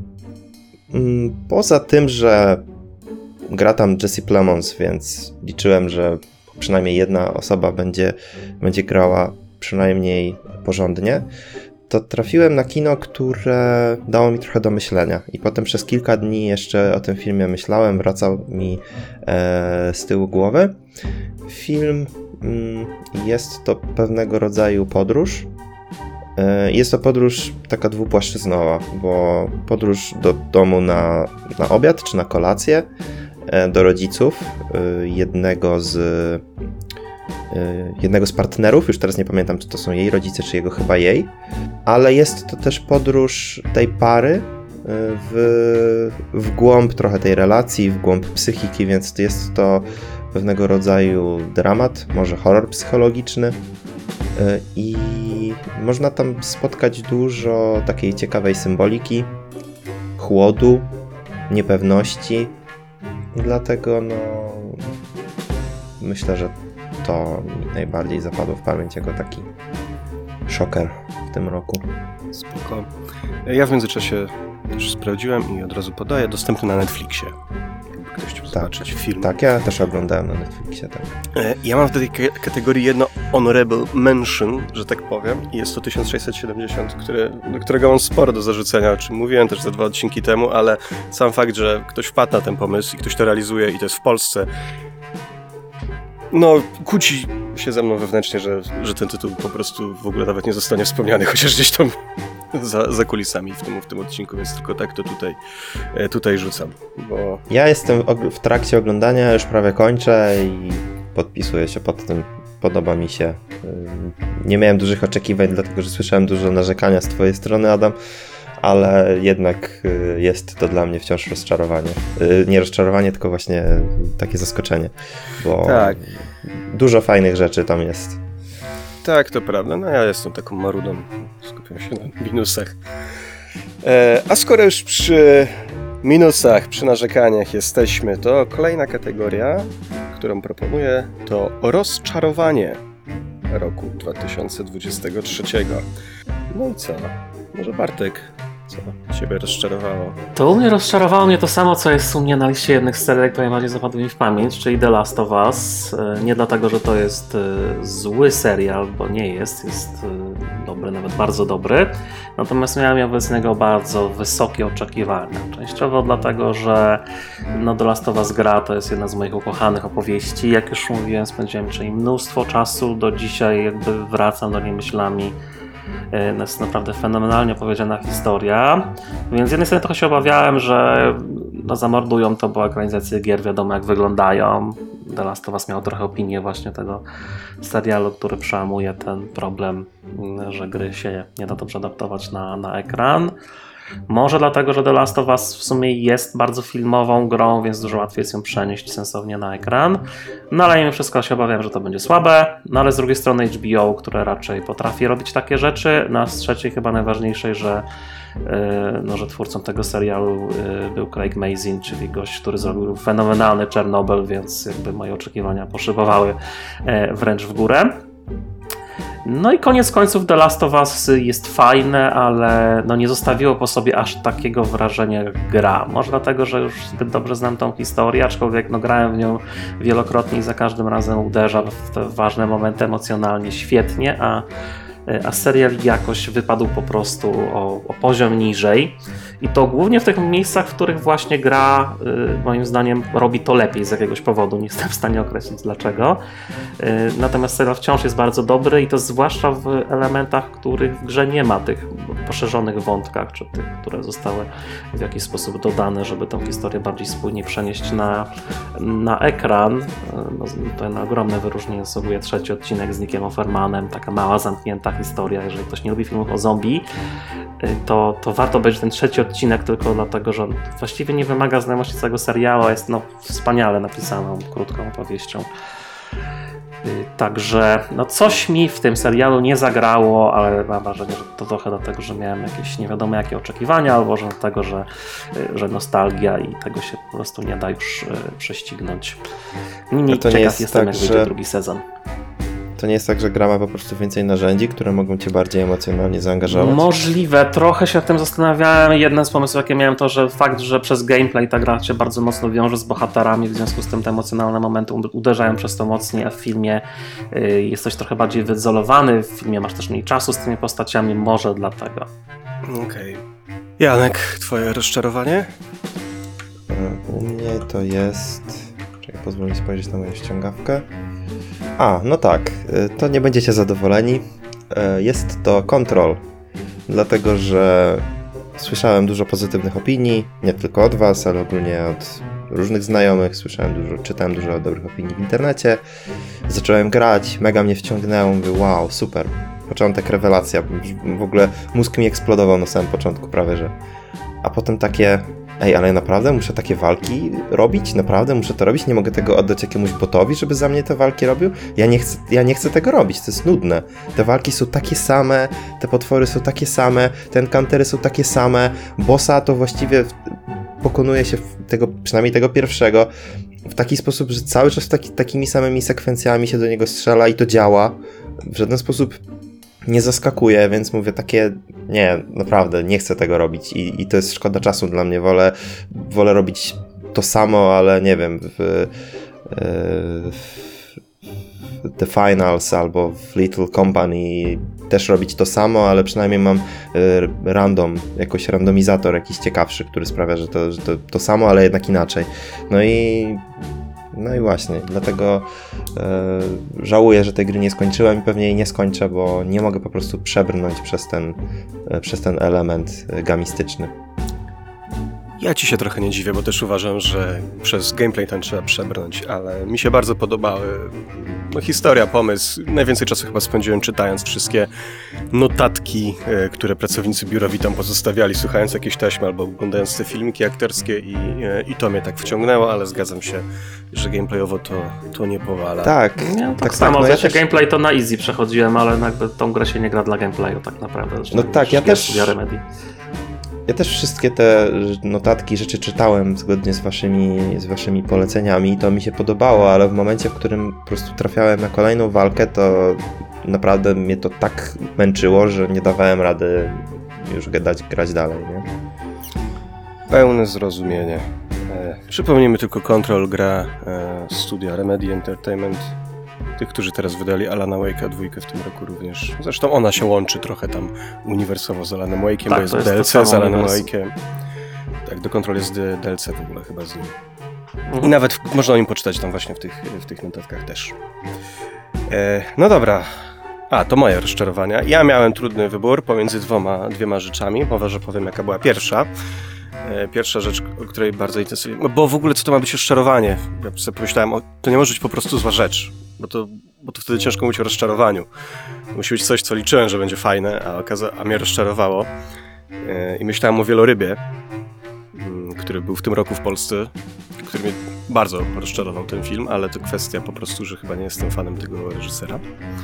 Poza tym, że gra tam Jesse Plemons, więc liczyłem, że przynajmniej jedna osoba będzie, będzie grała przynajmniej porządnie, to trafiłem na kino, które dało mi trochę do myślenia i potem przez kilka dni jeszcze o tym filmie myślałem, wracał mi e, z tyłu głowy. Film mm, jest to pewnego rodzaju podróż. E, jest to podróż taka dwupłaszczyznowa, bo podróż do domu na, na obiad czy na kolację, e, do rodziców e, jednego z jednego z partnerów, już teraz nie pamiętam, czy to są jej rodzice, czy jego chyba jej, ale jest to też podróż tej pary w, w głąb trochę tej relacji, w głąb psychiki, więc jest to pewnego rodzaju dramat, może horror psychologiczny i można tam spotkać dużo takiej ciekawej symboliki, chłodu, niepewności. Dlatego no myślę, że to mi najbardziej zapadło w pamięć jako taki szoker w tym roku. Spoko. Ja w międzyczasie też sprawdziłem i od razu podaję, dostępny na Netflixie. Jakby ktoś chciał zobaczyć film. Tak, ja też oglądałem na Netflixie. Tak. Ja mam w tej k- kategorii jedno honorable mention, że tak powiem, i jest to tysiąc sześćset siedemdziesiąt, który, do którego mam sporo do zarzucenia, o czym mówiłem też ze dwa odcinki temu, ale sam fakt, że ktoś wpadł na ten pomysł i ktoś to realizuje i to jest w Polsce, no kłóci się ze mną wewnętrznie, że, że ten tytuł po prostu w ogóle nawet nie zostanie wspomniany, chociaż gdzieś tam za, za kulisami w tym, w tym odcinku, więc tylko tak to tutaj, tutaj rzucam, bo... Ja jestem w trakcie oglądania, już prawie kończę i podpisuję się pod tym. Podoba mi się. Nie miałem dużych oczekiwań, dlatego że słyszałem dużo narzekania z twojej strony, Adam, ale jednak jest to dla mnie wciąż rozczarowanie. Nie rozczarowanie, tylko właśnie takie zaskoczenie, bo tak. Dużo fajnych rzeczy tam jest. Tak, to prawda. No ja jestem taką marudą. Skupiam się na minusach. E, a skoro już przy minusach, przy narzekaniach jesteśmy, to kolejna kategoria, którą proponuję, to rozczarowanie roku dwa tysiące dwudziestego trzeciego. No i co? Może Bartek, co ciebie rozczarowało? To u mnie rozczarowało mnie to samo, co jest u mnie na liście jednych z serii, które najbardziej zapadły mi w pamięć, czyli The Last of Us. Nie dlatego, że to jest zły serial, bo nie jest, jest dobry, nawet bardzo dobry. Natomiast miałem ja wobec niego bardzo wysokie oczekiwania. Częściowo dlatego, że no, The Last of Us gra to jest jedna z moich ukochanych opowieści. Jak już mówiłem, spędziłem czyli mnóstwo czasu, do dzisiaj jakby wracam do niej myślami. To jest naprawdę fenomenalnie opowiedziana historia, więc z jednej strony trochę się obawiałem, że no, zamordują to, bo ekranizacje gier wiadomo jak wyglądają. The Last of Us miał trochę opinię właśnie tego serialu, który przełamuje ten problem, że gry się nie da dobrze adaptować na, na ekran. Może dlatego, że The Last of Us w sumie jest bardzo filmową grą, więc dużo łatwiej jest ją przenieść sensownie na ekran. No ale mimo wszystko się obawiam, że to będzie słabe. No ale z drugiej strony H B O, które raczej potrafi robić takie rzeczy. No a z trzeciej chyba najważniejszej, że, yy, no, że twórcą tego serialu yy, był Craig Mazin, czyli gość, który zrobił fenomenalny Czarnobyl, więc jakby moje oczekiwania poszybowały yy, wręcz w górę. No i koniec końców The Last of Us jest fajne, ale no nie zostawiło po sobie aż takiego wrażenia jak gra. Może dlatego, że już zbyt dobrze znam tą historię, aczkolwiek no grałem w nią wielokrotnie i za każdym razem uderza w te ważne momenty emocjonalnie świetnie, a, a serial jakoś wypadł po prostu o, o poziom niżej. I to głównie w tych miejscach, w których właśnie gra, y, moim zdaniem, robi to lepiej z jakiegoś powodu. Nie jestem w stanie określić dlaczego. Y, natomiast serial wciąż jest bardzo dobry i to zwłaszcza w elementach, których w grze nie ma, tych poszerzonych wątkach, czy tych, które zostały w jakiś sposób dodane, żeby tą historię bardziej spójnie przenieść na, na ekran. Y, no, to na ogromne wyróżnienie zasługuje trzeci odcinek z Nickiem Offermanem, taka mała, zamknięta historia. Jeżeli ktoś nie lubi filmów o zombie, y, to, to warto obejrzeć ten trzeci odcinek tylko dlatego, że on właściwie nie wymaga znajomości całego serialu, a jest no, wspaniale napisaną, krótką opowieścią. Także no, coś mi w tym serialu nie zagrało, ale mam wrażenie, że to trochę dlatego, że miałem jakieś nie wiadomo jakie oczekiwania, albo że dlatego, że, że nostalgia i tego się po prostu nie da już prześcignąć. Niemniej ciekaw jest jestem, tak, jak wyjdzie że... drugi sezon. To nie jest tak, że gra ma po prostu więcej narzędzi, które mogą cię bardziej emocjonalnie zaangażować? Możliwe, trochę się nad tym zastanawiałem. Jeden z pomysłów, jakie miałem, to, że fakt, że przez gameplay ta gra się bardzo mocno wiąże z bohaterami, w związku z tym te emocjonalne momenty uderzają przez to mocniej, a w filmie y, jesteś trochę bardziej wyizolowany, w filmie masz też mniej czasu z tymi postaciami, może dlatego. Okej. Okay. Janek, twoje rozczarowanie? U mnie to jest... Czekaj, pozwól mi spojrzeć na moją ściągawkę. A, no tak, to nie będziecie zadowoleni. Jest to Control, dlatego że słyszałem dużo pozytywnych opinii, nie tylko od was, ale ogólnie od różnych znajomych. Słyszałem dużo, czytałem dużo dobrych opinii w internecie. Zacząłem grać, mega mnie wciągnęło, mówię wow, super. Początek rewelacja, w ogóle mózg mi eksplodował na samym początku prawie, że. a potem takie, ej, ale naprawdę muszę takie walki robić? Naprawdę muszę to robić? Nie mogę tego oddać jakiemuś botowi, żeby za mnie te walki robił? Ja nie chcę, ja nie chcę tego robić, to jest nudne. Te walki są takie same, te potwory są takie same, te encountery są takie same, bossa to właściwie pokonuje się tego, przynajmniej tego pierwszego, w taki sposób, że cały czas taki, takimi samymi sekwencjami się do niego strzela i to działa. W żaden sposób nie zaskakuje, więc mówię takie, nie, naprawdę, nie chcę tego robić i, i to jest szkoda czasu dla mnie. Wolę, wolę robić to samo, ale nie wiem, w, w The Finals albo w Little Company też robić to samo, ale przynajmniej mam random, jakoś randomizator jakiś ciekawszy, który sprawia, że to, że to, to samo, ale jednak inaczej. No i no i właśnie, dlatego e, żałuję, że tej gry nie skończyłem i pewnie jej nie skończę, bo nie mogę po prostu przebrnąć przez ten, e, przez ten element gamistyczny. Ja ci się trochę nie dziwię, bo też uważam, że przez gameplay ten trzeba przebrnąć, ale mi się bardzo podobały no, historia, pomysł. Najwięcej czasu chyba spędziłem czytając wszystkie notatki, e, które pracownicy biurowi tam pozostawiali, słuchając jakieś taśmy albo oglądając te filmiki aktorskie i, e, i to mnie tak wciągnęło, ale zgadzam się, że gameplayowo to, to nie powala. Tak, Nie, no tak, tak samo, no że ja się też... gameplay to na easy przechodziłem, ale jakby tą grę się nie gra dla gameplayu tak naprawdę. No tak, ja też... Remedy. Ja też wszystkie te notatki, rzeczy czytałem zgodnie z waszymi, z waszymi poleceniami i to mi się podobało, ale w momencie, w którym po prostu trafiałem na kolejną walkę, to naprawdę mnie to tak męczyło, że nie dawałem rady już dać, grać dalej, nie? Pełne zrozumienie. E, przypomnijmy tylko Control, gra e, studia Remedy Entertainment. Tych, którzy teraz wydali Alana Wake'a dwójkę w tym roku również. Zresztą ona się łączy trochę tam uniwersowo z Alanem Wake'iem, tak, bo jest, jest D L to C z samo Alanem uniwersum. Wake'iem. Tak, do Control jest D L C w ogóle chyba z nim. Mhm. I nawet w, można o nim poczytać tam właśnie w tych, w tych notatkach też. E, no dobra. A, to moje rozczarowania. Ja miałem trudny wybór pomiędzy dwoma, dwiema rzeczami. Może powiem, jaka była pierwsza. E, pierwsza rzecz, o której bardzo intensywnie... Bo w ogóle co to ma być rozczarowanie? Ja sobie pomyślałem, o, to nie może być po prostu zła rzecz. Bo to, bo to wtedy ciężko mówić o rozczarowaniu. Musi być coś, co liczyłem, że będzie fajne, a, okaza- a mnie rozczarowało. E, I myślałem o Wielorybie, m, który był w tym roku w Polsce, który mnie bardzo rozczarował ten film, ale to kwestia po prostu, że chyba nie jestem fanem tego reżysera.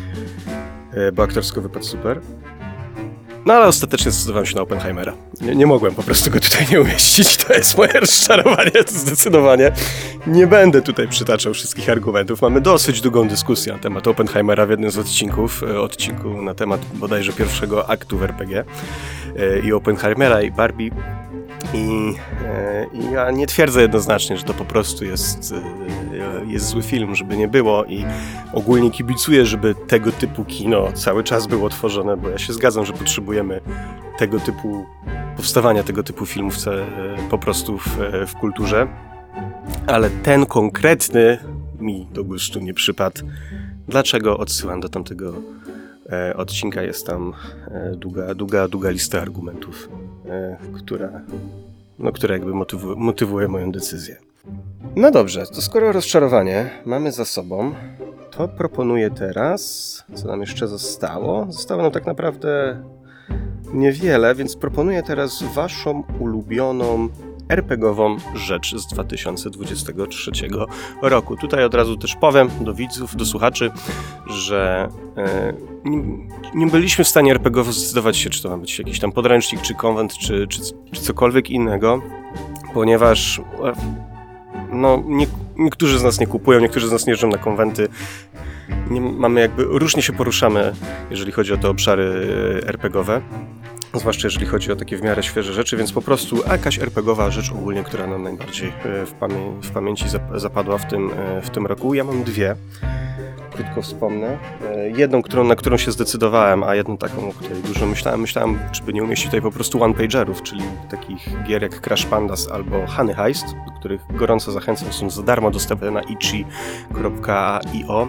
E, bo aktorsko wypadł super. No ale ostatecznie zdecydowałem się na Oppenheimera. Nie, nie mogłem po prostu go tutaj nie umieścić. To jest moje rozczarowanie, zdecydowanie. Nie będę tutaj przytaczał wszystkich argumentów. Mamy dosyć długą dyskusję na temat Oppenheimera w jednym z odcinków. Odcinku na temat bodajże pierwszego aktu w er pe gie. I Oppenheimera, i Barbie. I, I ja nie twierdzę jednoznacznie, że to po prostu jest, jest zły film, żeby nie było i ogólnie kibicuję, żeby tego typu kino cały czas było tworzone, bo ja się zgadzam, że potrzebujemy tego typu, powstawania tego typu filmów po prostu w, w kulturze, ale ten konkretny mi do gustu nie przypadł. Dlaczego? Odsyłam do tamtego odcinka, jest tam długa, długa, długa lista argumentów, która, no, która jakby motywuje, motywuje moją decyzję. No dobrze, to skoro rozczarowanie mamy za sobą, to proponuję teraz, co nam jeszcze zostało. Zostało nam tak naprawdę niewiele, więc proponuję teraz waszą ulubioną er pe gie ową rzecz z dwa tysiące dwudziestego trzeciego roku. Tutaj od razu też powiem do widzów, do słuchaczy, że e, nie, nie byliśmy w stanie er pe gie owo zdecydować się, czy to ma być jakiś tam podręcznik, czy konwent, czy, czy, czy cokolwiek innego, ponieważ e, no, nie, niektórzy z nas nie kupują, niektórzy z nas nie jeżdżą na konwenty. Nie, mamy jakby, różnie się poruszamy, jeżeli chodzi o te obszary er pe gie owe. Zwłaszcza jeżeli chodzi o takie w miarę świeże rzeczy, więc po prostu jakaś er pe gie owa rzecz ogólnie, która nam najbardziej w, pamię- w pamięci zapadła w tym, w tym roku. Ja mam dwie, krótko wspomnę. Jedną, którą, na którą się zdecydowałem, a jedną taką, o której dużo myślałem. Myślałem, czy by nie umieścić tutaj po prostu one-pagerów, czyli takich gier jak Crash Pandas albo Honey Heist, do których gorąco zachęcam, są za darmo dostępne na itchy kropka i o.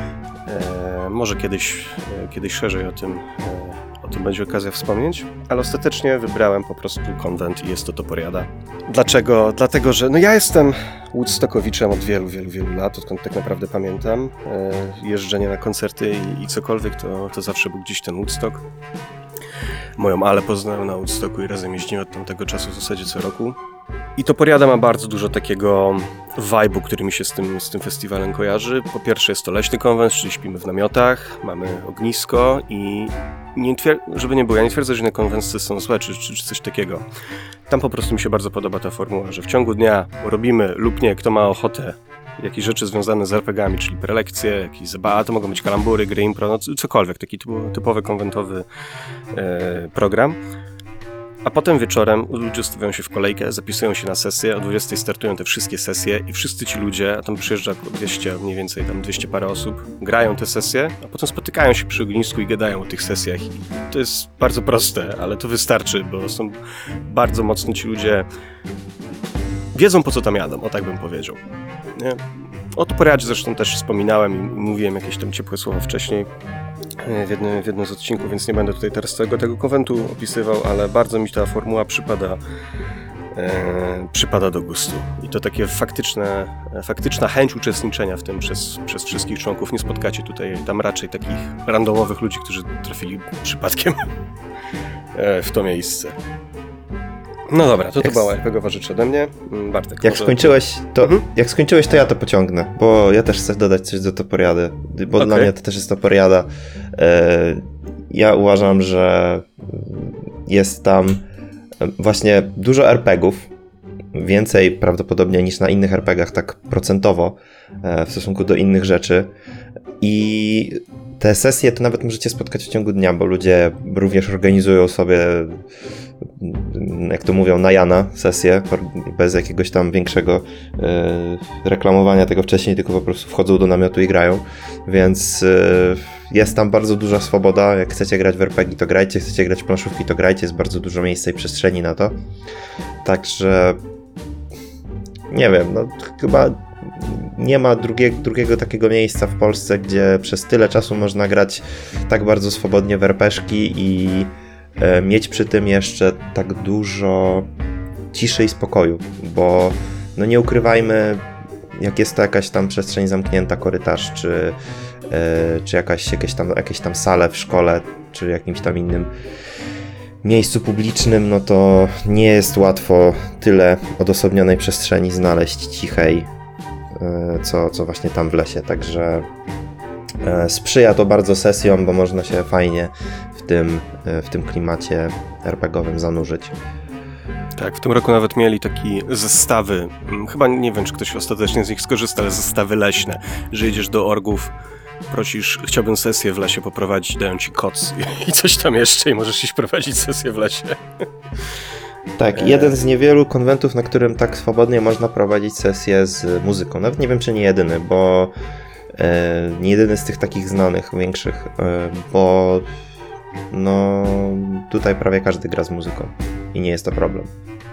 E, może kiedyś, e, kiedyś szerzej o tym e, O tym będzie okazja wspomnieć, ale ostatecznie wybrałem po prostu konwent i jest to Toporiada. Dlaczego? Dlatego, że no ja jestem Woodstockowiczem od wielu, wielu, wielu lat, odkąd tak naprawdę pamiętam. E, jeżdżenie na koncerty i, i cokolwiek, to, to zawsze był gdzieś ten Woodstock. moją Ale poznałem na Woodstocku i razem jeździmy od tamtego czasu w zasadzie co roku. I Toporiada ma bardzo dużo takiego vibe'u, który mi się z tym, z tym festiwalem kojarzy. Po pierwsze jest to leśny konwent, czyli śpimy w namiotach, mamy ognisko i nie twier- żeby nie było, ja nie twierdzę, że inne konwencje są złe czy, czy, czy coś takiego. Tam po prostu mi się bardzo podoba ta formuła, że w ciągu dnia robimy lub nie, kto ma ochotę, jakieś rzeczy związane z er pe gami, czyli prelekcje, jakieś zabawy, to mogą być kalambury, gry impro, no cokolwiek, taki typowy, typowy konwentowy e, program. A potem wieczorem ludzie stawiają się w kolejkę, zapisują się na sesję, o dwudziestej startują te wszystkie sesje i wszyscy ci ludzie, a tam przyjeżdża dwieście, mniej więcej tam dwieście parę osób, grają te sesje, a potem spotykają się przy ognisku i gadają o tych sesjach. I to jest bardzo proste, ale to wystarczy, bo są bardzo mocno ci ludzie, wiedzą po co tam jadą, o tak bym powiedział. Nie? O Toporiadzie zresztą też wspominałem i mówiłem jakieś tam ciepłe słowa wcześniej w jednym, w jednym z odcinków, więc nie będę tutaj teraz tego, tego konwentu opisywał, ale bardzo mi ta formuła przypada, e, przypada do gustu. I to takie faktyczne, faktyczna chęć uczestniczenia w tym przez, przez wszystkich członków. Nie spotkacie tutaj tam raczej takich randomowych ludzi, którzy trafili przypadkiem e, w to miejsce. No dobra, to to Jak była s- er pe gie owa rzecz ode mnie. Bartek, Jak może... skończyłeś, to, Mhm. jak skończyłeś, to ja to pociągnę, bo ja też chcę dodać coś do Toporiady, bo Okej. dla mnie to też jest Toporiada. E, ja uważam, że jest tam właśnie dużo er pe gów, więcej prawdopodobnie niż na innych er pe gach, tak procentowo e, w stosunku do innych rzeczy. I te sesje to nawet możecie spotkać w ciągu dnia, bo ludzie również organizują sobie, jak to mówią, na Jana sesję, bez jakiegoś tam większego e, reklamowania tego wcześniej, tylko po prostu wchodzą do namiotu i grają, więc e, jest tam bardzo duża swoboda. Jak chcecie grać w er pe gie, to grajcie, chcecie grać w planszówki, to grajcie, jest bardzo dużo miejsca i przestrzeni na to. Także nie wiem, no chyba nie ma drugie, drugiego takiego miejsca w Polsce, gdzie przez tyle czasu można grać tak bardzo swobodnie w er pe żki i e, mieć przy tym jeszcze tak dużo ciszy i spokoju, bo no nie ukrywajmy, jak jest to jakaś tam przestrzeń zamknięta, korytarz, czy, e, czy jakaś, jakieś, tam, jakieś tam sale w szkole, czy jakimś tam innym miejscu publicznym, no to nie jest łatwo tyle odosobnionej przestrzeni znaleźć cichej, co, co właśnie tam w lesie, także sprzyja to bardzo sesjom, bo można się fajnie w tym, w tym klimacie er pe gie owym zanurzyć. Tak, w tym roku nawet mieli takie zestawy, chyba nie wiem, czy ktoś ostatecznie z nich skorzysta, ale zestawy leśne, że jedziesz do orgów, prosisz, chciałbym sesję w lesie poprowadzić, dają ci koc i coś tam jeszcze i możesz iść prowadzić sesję w lesie. Tak, jeden z niewielu konwentów, na którym tak swobodnie można prowadzić sesję z muzyką. Nawet nie wiem, czy nie jedyny, bo e, nie jedyny z tych takich znanych, większych, e, bo no tutaj prawie każdy gra z muzyką i nie jest to problem.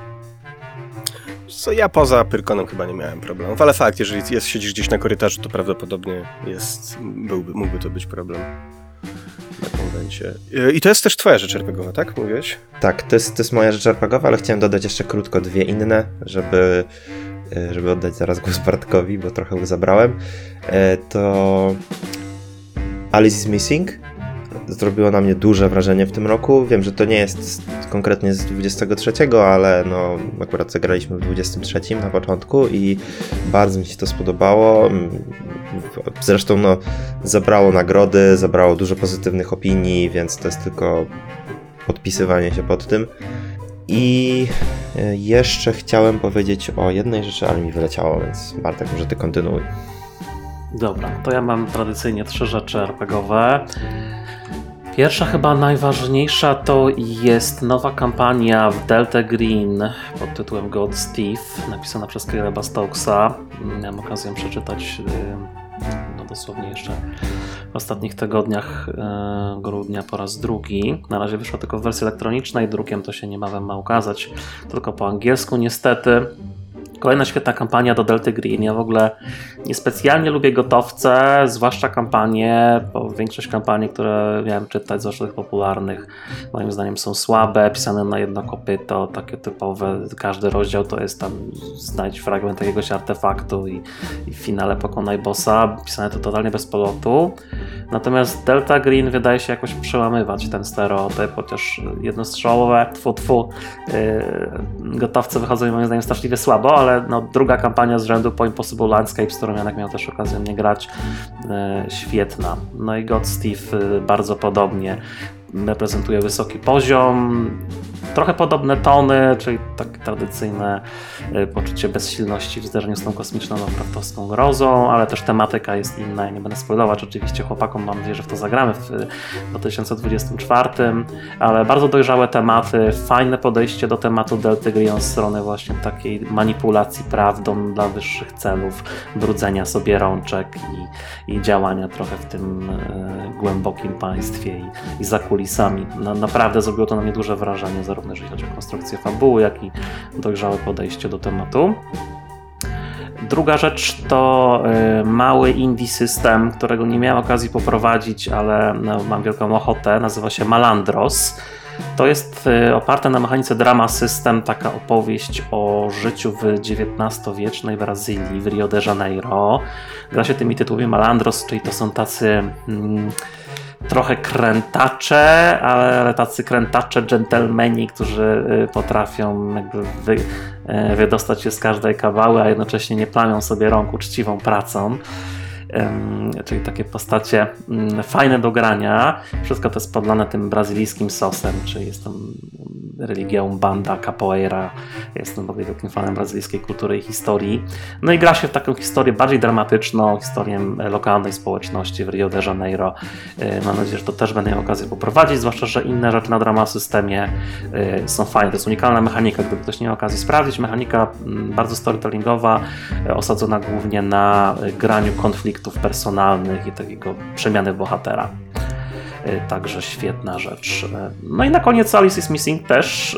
Co ja poza Pyrkonem chyba nie miałem problemów, ale fakt, jeżeli jest, siedzisz gdzieś na korytarzu, to prawdopodobnie jest, byłby, mógłby to być problem na konwencie. I to jest też twoja rzecz er pe gie owa, tak? Mówiłeś? Tak, to jest, to jest moja rzecz er pe gie owa, ale chciałem dodać jeszcze krótko dwie inne, żeby, żeby oddać zaraz głos Bartkowi, bo trochę go zabrałem. To Alice is Missing zrobiło na mnie duże wrażenie w tym roku. Wiem, że to nie jest konkretnie z dwudziestego trzeciego, ale no akurat zagraliśmy w dwudziestym trzecim na początku i bardzo mi się to spodobało. Zresztą no zabrało nagrody, zabrało dużo pozytywnych opinii, więc to jest tylko podpisywanie się pod tym. I jeszcze chciałem powiedzieć o jednej rzeczy, ale mi wyleciało, więc Bartek, może ty kontynuuj. Dobra, to ja mam tradycyjnie trzy rzeczy er pe gie owe. Pierwsza, chyba najważniejsza, to jest nowa kampania w Delta Green pod tytułem God Steve, napisana przez Caleba Stokesa. Miałem okazję ją przeczytać no, dosłownie jeszcze w ostatnich tygodniach grudnia po raz drugi. Na razie wyszła tylko w wersji elektronicznej, drukiem to się niebawem ma ukazać, tylko po angielsku niestety. Kolejna świetna kampania do Delta Green. Ja w ogóle niespecjalnie lubię gotowce, zwłaszcza kampanie, bo większość kampanii, które miałem czytać, zwłaszcza tych popularnych, moim zdaniem są słabe, pisane na jedno kopyto, takie typowe, każdy rozdział to jest tam znajdź fragment jakiegoś artefaktu i, i w finale pokonaj bossa, pisane to totalnie bez polotu. Natomiast Delta Green wydaje się jakoś przełamywać ten stereotyp, chociaż jednostrzałowe tfu, tfu, yy, gotowce wychodzą moim zdaniem straszliwie słabo, ale no, druga kampania z rzędu po Impossible Landscape, z którą Janek miał też okazję mnie grać, yy, świetna. No i God Steve yy, bardzo podobnie reprezentuje wysoki poziom, trochę podobne tony, czyli takie tradycyjne y, poczucie bezsilności w zderzeniu z tą kosmiczną lovecraftowską grozą, ale też tematyka jest inna. Ja nie będę spoilować oczywiście chłopakom, mam nadzieję, że w to zagramy w dwa tysiące dwudziestym czwartym, ale bardzo dojrzałe tematy, fajne podejście do tematu Delty Green od strony właśnie takiej manipulacji prawdą dla wyższych celów, brudzenia sobie rączek i, i działania trochę w tym y, głębokim państwie i, i za kulisami. Na, naprawdę zrobiło to na mnie duże wrażenie, zarówno jeżeli chodzi o konstrukcję fabuły, jak i dojrzałe podejście do tematu. Druga rzecz to y, mały indie system, którego nie miałem okazji poprowadzić, ale no, mam wielką ochotę. Nazywa się Malandros. To jest y, oparte na mechanice Drama System, taka opowieść o życiu w dziewiętnastowiecznej Brazylii, w Rio de Janeiro. Gra się tymi tytułami Malandros, czyli to są tacy... Mm, trochę krętacze, ale tacy krętacze dżentelmeni, którzy potrafią jakby wy, wydostać się z każdej kawały, a jednocześnie nie plamią sobie rąk uczciwą pracą. Um, czyli takie postacie um, fajne do grania. Wszystko to jest podlane tym brazylijskim sosem, czyli jest tam religia Umbanda, capoeira. Jestem bardzo wielkim fanem brazylijskiej kultury i historii. No i gra się w taką historię bardziej dramatyczną, historię lokalnej społeczności w Rio de Janeiro. Mam nadzieję, że to też będę miał okazję poprowadzić, zwłaszcza, że inne rzeczy na Drama Systemie są fajne. To jest unikalna mechanika, gdyby ktoś nie miał okazji sprawdzić. Mechanika bardzo storytellingowa, osadzona głównie na graniu konfliktów personalnych i takiego przemiany bohatera. Także świetna rzecz. No i na koniec Alice is Missing też.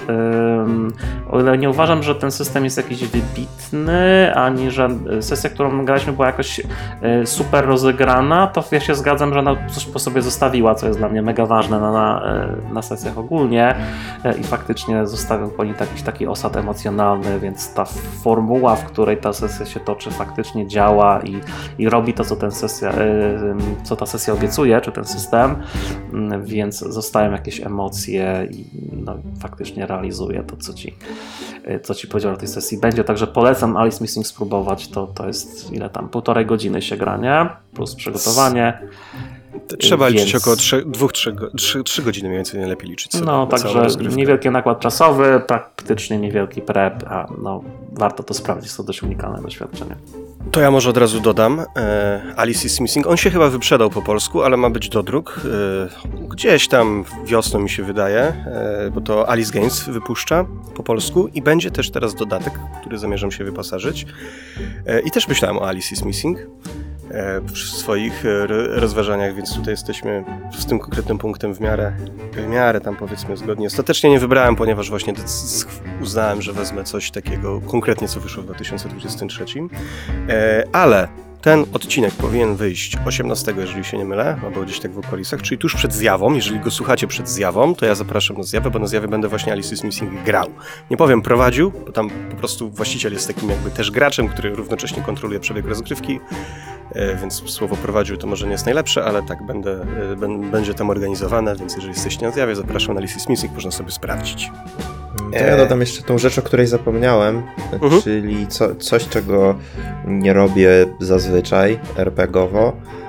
O ile nie uważam, że ten system jest jakiś wybitny, ani że sesja, którą graliśmy, była jakoś super rozegrana, to ja się zgadzam, że ona coś po sobie zostawiła, co jest dla mnie mega ważne na, na, na sesjach ogólnie i faktycznie zostawiam po niej jakiś taki osad emocjonalny, więc ta formuła, w której ta sesja się toczy, faktycznie działa i, i robi to, co, ten sesja, co ta sesja obiecuje, czy ten system. Więc zostają jakieś emocje i no, faktycznie realizuje to, co ci, co ci powiedział na tej sesji będzie. Także polecam Alice Missing spróbować. To, to jest ile tam? Półtorej godziny się grania plus przygotowanie. Trzeba Więc... liczyć około trzy godziny mniej więcej, najlepiej liczyć sobie. No, także niewielki nakład czasowy, praktycznie niewielki prep, a no, warto to sprawdzić, to dość unikalne doświadczenie. To ja może od razu dodam. E, Alice is Missing. On się chyba wyprzedał po polsku, ale ma być dodruk. E, gdzieś tam wiosną mi się wydaje, e, bo to Alice Games wypuszcza po polsku i będzie też teraz dodatek, który zamierzam się wyposażyć. E, I też myślałem o Alice is Missing w swoich rozważaniach, więc tutaj jesteśmy z tym konkretnym punktem w miarę, w miarę tam powiedzmy zgodnie. Ostatecznie nie wybrałem, ponieważ właśnie uznałem, że wezmę coś takiego konkretnie, co wyszło w dwa tysiące dwudziestym trzecim. Ale ten odcinek powinien wyjść osiemnastego, jeżeli się nie mylę, albo gdzieś tak w okolicach, czyli tuż przed zjawą. Jeżeli go słuchacie przed zjawą, to ja zapraszam na zjawę, bo na zjawie będę właśnie Alice is Missing grał. Nie powiem prowadził, bo tam po prostu właściciel jest takim jakby też graczem, który równocześnie kontroluje przebieg rozgrywki, więc słowo prowadził to może nie jest najlepsze, ale tak będę, będzie tam organizowane, więc jeżeli jesteście na zjawie, zapraszam na Alice is Missing, można sobie sprawdzić. To ja dodam jeszcze tą rzecz, o której zapomniałem, mhm. czyli co, coś, czego nie robię zazwyczaj er pe gie owo,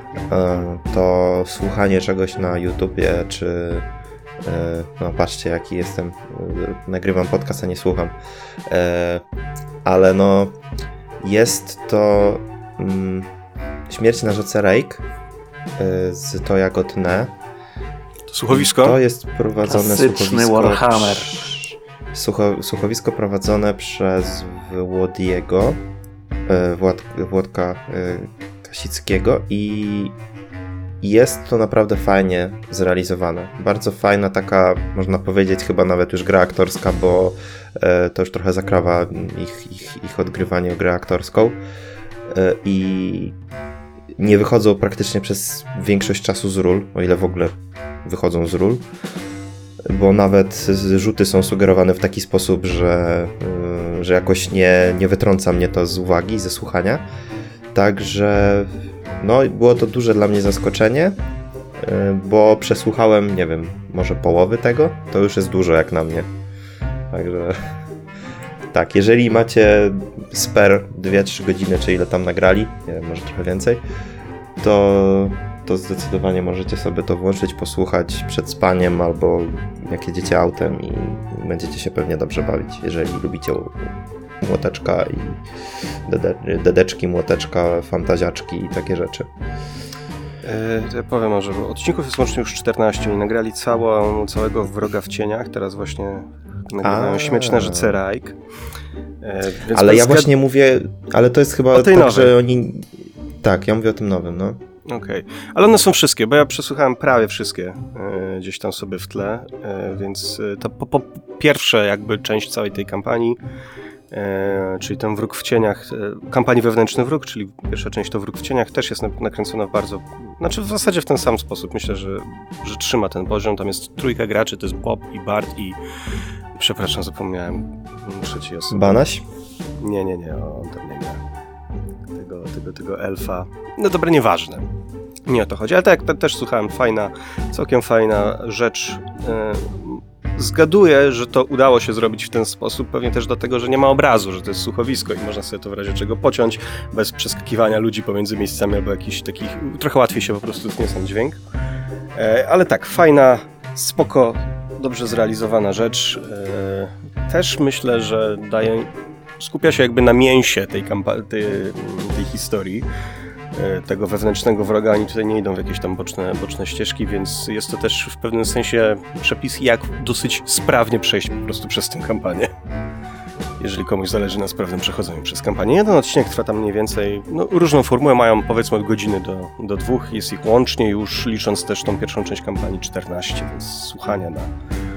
to słuchanie czegoś na YouTubie, czy no patrzcie, jaki jestem, nagrywam podcast, a nie słucham, ale no jest to mm, Śmierć na rzece Rake z Toja Gotne. To słuchowisko? To jest prowadzone Klasyczny słuchowisko. Warhammer. Słucho, słuchowisko prowadzone przez Włodiego, Wład, Włodka Kasickiego i jest to naprawdę fajnie zrealizowane. Bardzo fajna taka, można powiedzieć, chyba nawet już gra aktorska, bo to już trochę zakrawa ich, ich, ich odgrywanie o grę aktorską i nie wychodzą praktycznie przez większość czasu z ról, o ile w ogóle wychodzą z ról, bo nawet rzuty są sugerowane w taki sposób, że, że jakoś nie, nie wytrąca mnie to z uwagi, ze słuchania. Także no, było to duże dla mnie zaskoczenie bo przesłuchałem, nie wiem, może połowy tego, to już jest dużo jak na mnie. Także tak, jeżeli macie spare dwie trzy godziny, czy ile tam nagrali, nie wiem, może trochę więcej, to, to zdecydowanie możecie sobie to włączyć, posłuchać przed spaniem albo jak jedziecie autem i będziecie się pewnie dobrze bawić, jeżeli lubicie młoteczka i dede, dedeczki, młoteczka, fantaziaczki i takie rzeczy. Ja powiem może, bo odcinków jest łącznie już czternaście. Oni nagrali całą, całego Wroga w cieniach. Teraz właśnie nagrywają A. Śmieszne życie Rajk. Więc Ale ja zgad- właśnie mówię, ale to jest chyba O tej tak, nowej. że oni... Tak, ja mówię o tym nowym, no. Okej, okay. Ale one są wszystkie, bo ja przesłuchałem prawie wszystkie e, gdzieś tam sobie w tle, e, więc e, to po, po pierwsze jakby część całej tej kampanii, e, czyli ten Wróg w cieniach, e, kampanii Wewnętrzny Wróg, czyli pierwsza część to Wróg w cieniach, też jest nakręcona w bardzo, znaczy w zasadzie w ten sam sposób. Myślę, że, że trzyma ten poziom. Tam jest trójka graczy, to jest Bob i Bart i przepraszam, zapomniałem trzeciej osoby. Banaś? Nie, nie, nie, on tam nie gra. Tego, tego, tego elfa. No dobra, nieważne. Nie o to chodzi, ale tak te, też słuchałem, fajna, całkiem fajna rzecz. Yy, zgaduję, że to udało się zrobić w ten sposób, pewnie też dlatego, że nie ma obrazu, że to jest słuchowisko i można sobie to w razie czego pociąć bez przeskakiwania ludzi pomiędzy miejscami albo jakichś takich, trochę łatwiej się po prostu tnie sam dźwięk. Yy, ale tak, fajna, spoko, dobrze zrealizowana rzecz. Yy, też myślę, że daje, skupia się jakby na mięsie tej, kampa- tej, tej historii, tego wewnętrznego wroga. Oni tutaj nie idą w jakieś tam boczne, boczne ścieżki, więc jest to też w pewnym sensie przepis, jak dosyć sprawnie przejść po prostu przez tę kampanię. Jeżeli komuś zależy na sprawnym przechodzeniu przez kampanię. Jeden odcinek trwa tam mniej więcej, no różną formułę mają, powiedzmy od godziny do, do dwóch, jest ich łącznie już, licząc też tą pierwszą część kampanii czternaście, więc słuchania na,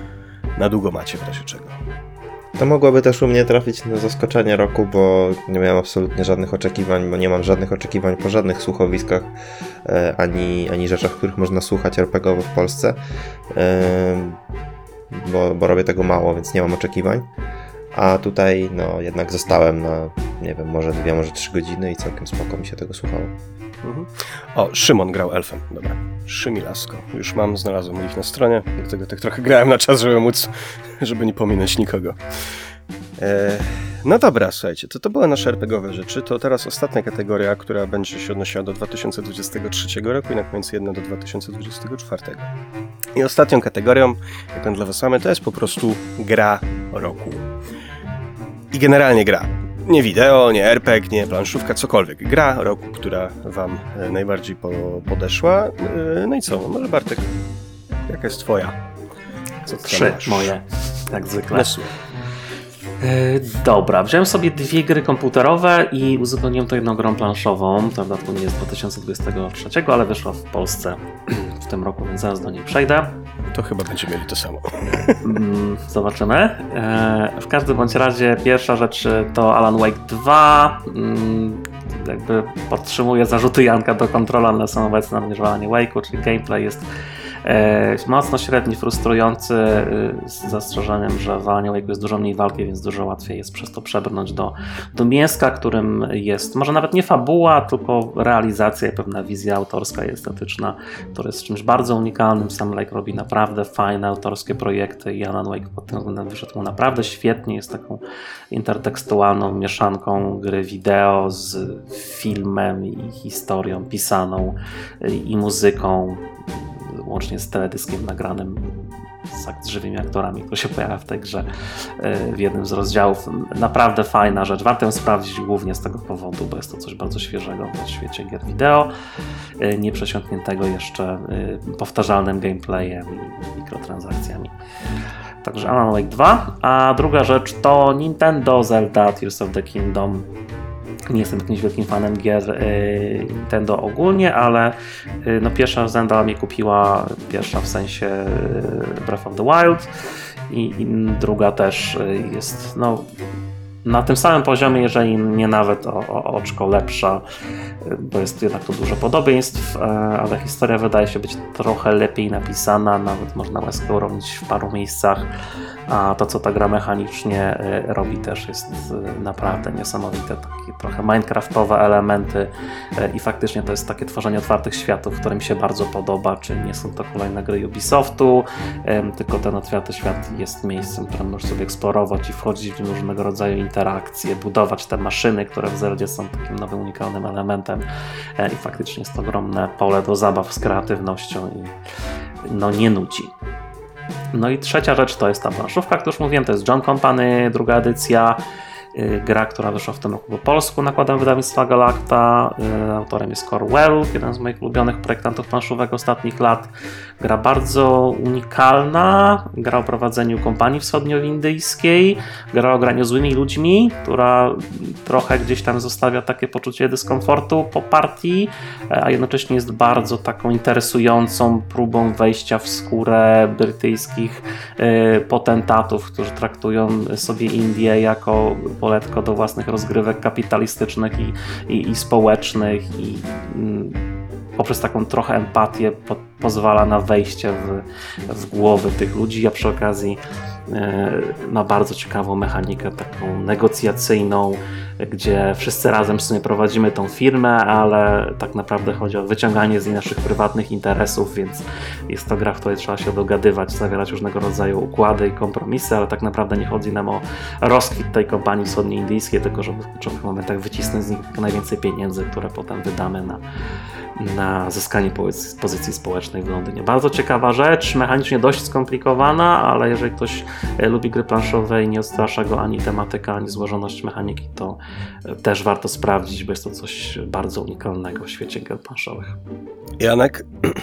na długo macie w razie czego. To mogłoby też u mnie trafić na zaskoczenie roku, bo nie miałem absolutnie żadnych oczekiwań, bo nie mam żadnych oczekiwań po żadnych słuchowiskach, e, ani, ani rzeczach, których można słuchać er pe gie owo w Polsce, e, bo, bo robię tego mało, więc nie mam oczekiwań. A tutaj no jednak zostałem na, nie wiem, może dwie, może trzy godziny i całkiem spoko mi się tego słuchało. Mhm. O, Szymon grał elfem, dobra. Szymilasko. Już mam, znalazłem ich na stronie, dlatego tak trochę grałem na czas, żeby móc, żeby nie pominąć nikogo. E, no dobra, słuchajcie, to to były nasze er pe gie owe rzeczy, to teraz ostatnia kategoria, która będzie się odnosiła do dwa tysiące dwudziestego trzeciego roku i na koniec jedna do dwa tysiące dwudziestego czwartego. I ostatnią kategorią, jaką dla was mamy, to jest po prostu gra roku. I generalnie gra. Nie wideo, nie er pe gie, nie planszówka, cokolwiek. Gra roku, która wam najbardziej po, podeszła. No i co? Może Bartek, jaka jest twoja? Co ty Trzy masz? moje, jak zwykle. No, słuchaj. Yy, Dobra, wziąłem sobie dwie gry komputerowe i uzupełniłem to jedną grą planszową. To w dodatku nie jest dwa tysiące dwudziestego trzeciego, ale wyszła w Polsce w tym roku, więc zaraz do niej przejdę. To chyba będziemy mieli to samo. Mm, Zobaczymy. Yy, W każdym bądź razie pierwsza rzecz to Alan Wake dwa. Mm, Jakby podtrzymuję zarzuty Janka do kontroli, ale są obecne również w Alanie Wake'u, czyli gameplay jest e, mocno średni, frustrujący, e, z zastrzeżeniem, że w Alanie Wake'u jest dużo mniej walki, więc dużo łatwiej jest przez to przebrnąć do, do mięska, którym jest może nawet nie fabuła, tylko realizacja i pewna wizja autorska i estetyczna, która jest czymś bardzo unikalnym. Sam Lake robi naprawdę fajne autorskie projekty i Alan Wake pod tym względem wyszedł mu naprawdę świetnie. Jest taką intertekstualną mieszanką gry wideo z filmem i historią pisaną i muzyką, łącznie z teledyskiem nagranym z, z żywymi aktorami, który się pojawia w tej grze w jednym z rozdziałów. Naprawdę fajna rzecz, warto ją sprawdzić głównie z tego powodu, bo jest to coś bardzo świeżego w świecie gier wideo, nieprzesiąkniętego jeszcze powtarzalnym gameplayem i mikrotransakcjami. Także Alan Wake dwa, a druga rzecz to Nintendo Zelda Tears of the Kingdom. Nie jestem jakimś wielkim fanem gier y, Nintendo ogólnie, ale y, no pierwsza Zelda mnie kupiła, pierwsza w sensie y, Breath of the Wild i, i druga też y, jest no, na tym samym poziomie, jeżeli nie nawet o, o oczko lepsza, y, bo jest jednak tu dużo podobieństw, y, ale historia wydaje się być trochę lepiej napisana, nawet można łezkę urobić w paru miejscach. a to, co ta gra mechanicznie robi, też jest naprawdę niesamowite. Takie trochę minecraftowe elementy i faktycznie to jest takie tworzenie otwartych światów, które mi się bardzo podoba, czyli nie są to kolejne gry Ubisoftu, tylko ten otwarty świat jest miejscem, w którym możesz sobie eksplorować i wchodzić w różnego rodzaju interakcje, budować te maszyny, które w Zeldzie są takim nowym, unikalnym elementem i faktycznie jest to ogromne pole do zabaw z kreatywnością i no nie nudzi. No i trzecia rzecz to jest ta planszówka, jak już mówiłem, to jest John Company, druga edycja, gra, która wyszła w tym roku po polsku nakładem wydawnictwa Galacta. Autorem jest Corwell, jeden z moich ulubionych projektantów planszówek ostatnich lat. Gra bardzo unikalna, gra o prowadzeniu kompanii wschodnioindyjskiej, gra o graniu złymi ludźmi, która trochę gdzieś tam zostawia takie poczucie dyskomfortu po partii, a jednocześnie jest bardzo taką interesującą próbą wejścia w skórę brytyjskich potentatów, którzy traktują sobie Indię jako poletko do własnych rozgrywek kapitalistycznych i, i, i społecznych i mm, poprzez taką trochę empatię po, pozwala na wejście w, w głowy tych ludzi, a przy okazji e, ma bardzo ciekawą mechanikę taką negocjacyjną, gdzie wszyscy razem w sumie prowadzimy tą firmę, ale tak naprawdę chodzi o wyciąganie z niej naszych prywatnych interesów, więc jest to gra, w której trzeba się dogadywać, zawierać różnego rodzaju układy i kompromisy, ale tak naprawdę nie chodzi nam o rozkwit tej kompanii wschodnioindyjskiej, tylko żeby w kluczowych momentach wycisnąć z nich jak najwięcej pieniędzy, które potem wydamy na, na zyskanie pozycji, pozycji społecznej w Londynie. Bardzo ciekawa rzecz, mechanicznie dość skomplikowana, ale jeżeli ktoś lubi gry planszowe i nie odstrasza go ani tematyka, ani złożoność mechaniki, to też warto sprawdzić, bo jest to coś bardzo unikalnego w świecie gier planszowych. Janek?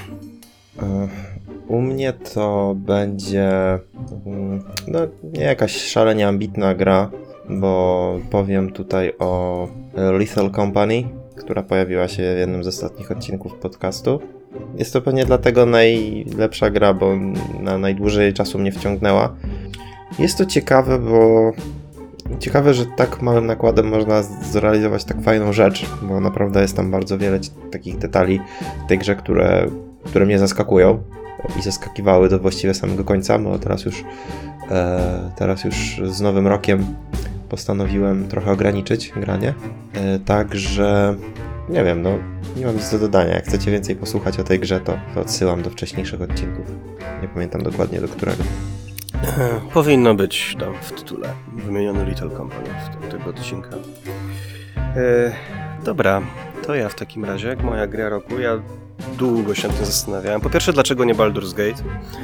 U mnie to będzie no, nie jakaś szalenie ambitna gra, bo powiem tutaj o Lethal Company, która pojawiła się w jednym z ostatnich odcinków podcastu. Jest to pewnie dlatego najlepsza gra, bo na najdłużej czasu mnie wciągnęła. Jest to ciekawe, bo ciekawe, że tak małym nakładem można zrealizować tak fajną rzecz, bo naprawdę jest tam bardzo wiele takich detali w tej grze, które, które mnie zaskakują i zaskakiwały do właściwie samego końca, bo teraz już, e, teraz już z nowym rokiem postanowiłem trochę ograniczyć granie. E, także nie wiem, no nie mam nic do dodania. Jak chcecie więcej posłuchać o tej grze, to, to odsyłam do wcześniejszych odcinków. Nie pamiętam dokładnie do którego. Powinno być tam w tytule wymieniony Little Company w tego odcinka. E, dobra, to ja w takim razie, jak moja gra roku, ja długo się nad tym zastanawiałem. Po pierwsze, dlaczego nie Baldur's Gate?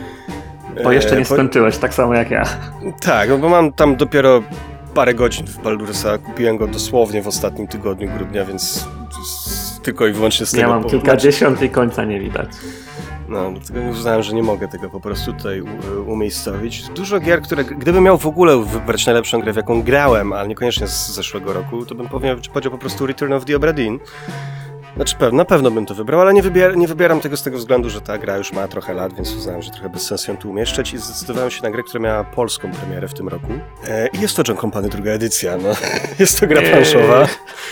E, Bo jeszcze nie po... skończyłeś, tak samo jak ja. Tak, no bo mam tam dopiero parę godzin w Baldursa, kupiłem go dosłownie w ostatnim tygodniu grudnia, więc tylko i wyłącznie z tego Ja mam powodu. kilkadziesiąt i końca nie widać. No, dlatego uznałem, że nie mogę tego po prostu tutaj u- umiejscowić. Dużo gier, które gdybym miał w ogóle wybrać najlepszą grę, w jaką grałem, ale niekoniecznie z zeszłego roku, to bym powiedział, powiedział po prostu Return of the Obra Dinn. Znaczy pewno, na pewno bym to wybrał, ale nie, wybier- nie wybieram tego z tego względu, że ta gra już ma trochę lat, więc uznałem, że trochę bez sensu ją tu umieszczać i zdecydowałem się na grę, która miała polską premierę w tym roku. E, I jest to John Company druga edycja, no. Jest to gra planszowa.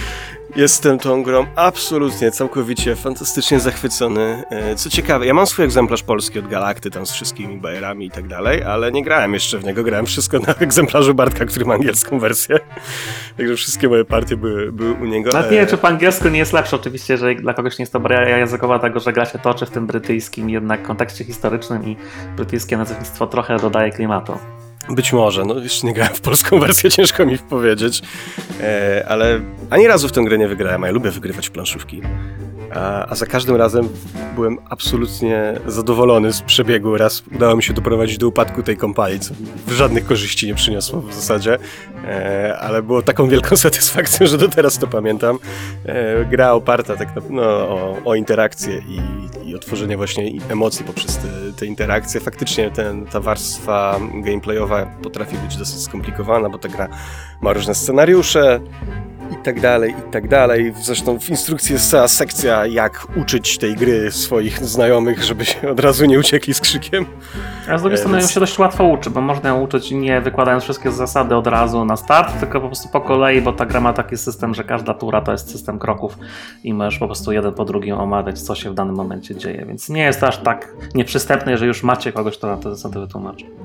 Jestem tą grą absolutnie, całkowicie, fantastycznie zachwycony. Co ciekawe, ja mam swój egzemplarz polski od Galakty, tam z wszystkimi bajerami i tak dalej, ale nie grałem jeszcze w niego, grałem wszystko na egzemplarzu Bartka, który ma angielską wersję. Także wszystkie moje partie były, były u niego. Nawet nie wiem, czy po angielsku nie jest lepsze, oczywiście, że dla kogoś nie jest to baria językowa tego, że gra się toczy w tym brytyjskim jednak kontekście historycznym i brytyjskie nazewnictwo trochę dodaje klimatu. Być może, no jeszcze nie grałem w polską wersję, ciężko mi powiedzieć, e, ale ani razu w tę grę nie wygrałem, a ja lubię wygrywać w planszówki. A, a za każdym razem byłem absolutnie zadowolony z przebiegu. Raz udało mi się doprowadzić do upadku tej kompanii, co żadnych korzyści nie przyniosło w zasadzie, e, ale było taką wielką satysfakcją, że do teraz to pamiętam. E, gra oparta tak na, no, o, o interakcje i, i o tworzenie właśnie emocji poprzez te, te interakcje. Faktycznie ten, ta warstwa gameplayowa potrafi być dosyć skomplikowana, bo ta gra ma różne scenariusze, i tak dalej, i tak dalej. Zresztą w instrukcji jest cała sekcja, jak uczyć tej gry swoich znajomych, żeby się od razu nie uciekli z krzykiem. A z drugiej strony ją się dość łatwo uczy, bo można ją uczyć nie wykładając wszystkie zasady od razu na start, tylko po prostu po kolei, bo ta gra ma taki system, że każda tura to jest system kroków i możesz po prostu jeden po drugim omawiać, co się w danym momencie dzieje, więc nie jest aż tak nieprzystępne, jeżeli już macie kogoś, kto na te zasady wytłumaczy.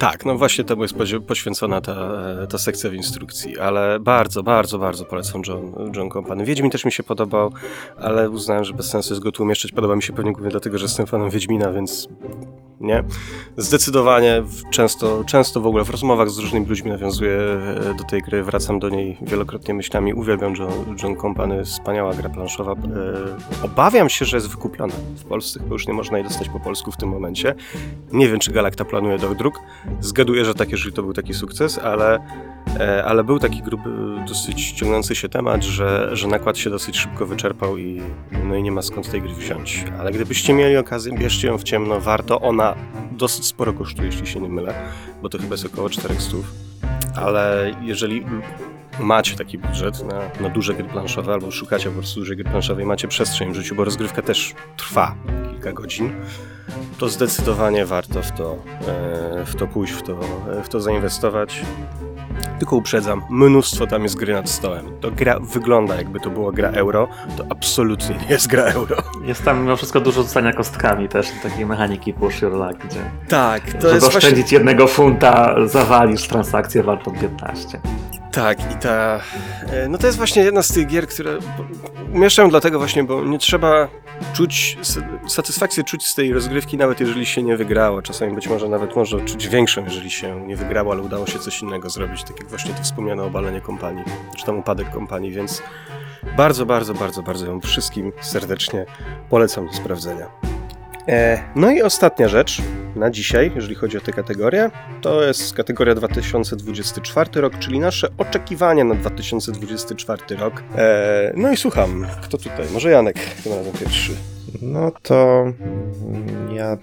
Tak, no właśnie temu jest pozi- poświęcona ta, ta sekcja w instrukcji, ale bardzo, bardzo, bardzo polecam John, John Company. Wiedźmin też mi się podobał, ale uznałem, że bez sensu jest go tu umieszczać. Podoba mi się pewnie głównie dlatego, że jestem fanem Wiedźmina, więc nie. Zdecydowanie często, często w ogóle w rozmowach z różnymi ludźmi nawiązuję do tej gry, wracam do niej wielokrotnie myślami. Uwielbiam John, John Company, wspaniała gra planszowa. E, obawiam się, że jest wykupiona w Polsce, chyba już nie można jej dostać po polsku w tym momencie. Nie wiem, czy Galacta planuje do druk. Zgaduję, że tak, jeżeli to był taki sukces, ale, e, ale był taki gruby, dosyć ciągnący się temat, że, że nakład się dosyć szybko wyczerpał i, no i nie ma skąd tej gry wziąć. Ale gdybyście mieli okazję, bierzcie ją w ciemno, warto. Ona dosyć sporo kosztuje, jeśli się nie mylę, bo to chyba jest około czterysta. Ale jeżeli macie taki budżet na, na duże gry planszowe, albo szukacie po prostu dużej gry planszowej, macie przestrzeń w życiu, bo rozgrywka też trwa kilka godzin, to zdecydowanie warto w to, e, w to pójść, w to, w to zainwestować. Tylko uprzedzam, mnóstwo tam jest gry nad stołem. To gra wygląda, jakby to była gra euro, to absolutnie nie jest gra euro. Jest tam mimo wszystko dużo rzucania kostkami też, takiej mechaniki push your luck, gdzie Tak, to żeby jest oszczędzić właśnie... jednego funta, zawalisz transakcję wartą piętnaście. Tak, i ta... e, No to jest właśnie jedna z tych gier, które umieszczam dlatego właśnie, bo nie trzeba czuć... Satysfakcję czuć z tej rozgrywki, nawet jeżeli się nie wygrało. Czasami być może nawet można czuć większą, jeżeli się nie wygrało, ale udało się coś innego zrobić, tak jak właśnie to wspomniane obalenie kompanii, czy tam upadek kompanii, więc bardzo, bardzo, bardzo, bardzo ją wszystkim serdecznie polecam do sprawdzenia. E, no i ostatnia rzecz na dzisiaj, jeżeli chodzi o tę kategorię, to jest kategoria dwa tysiące dwudziesty czwarty rok, czyli nasze oczekiwania na dwa tysiące dwudziesty czwarty rok. E, no i słucham, kto tutaj? Może Janek, tym razem pierwszy. No to ja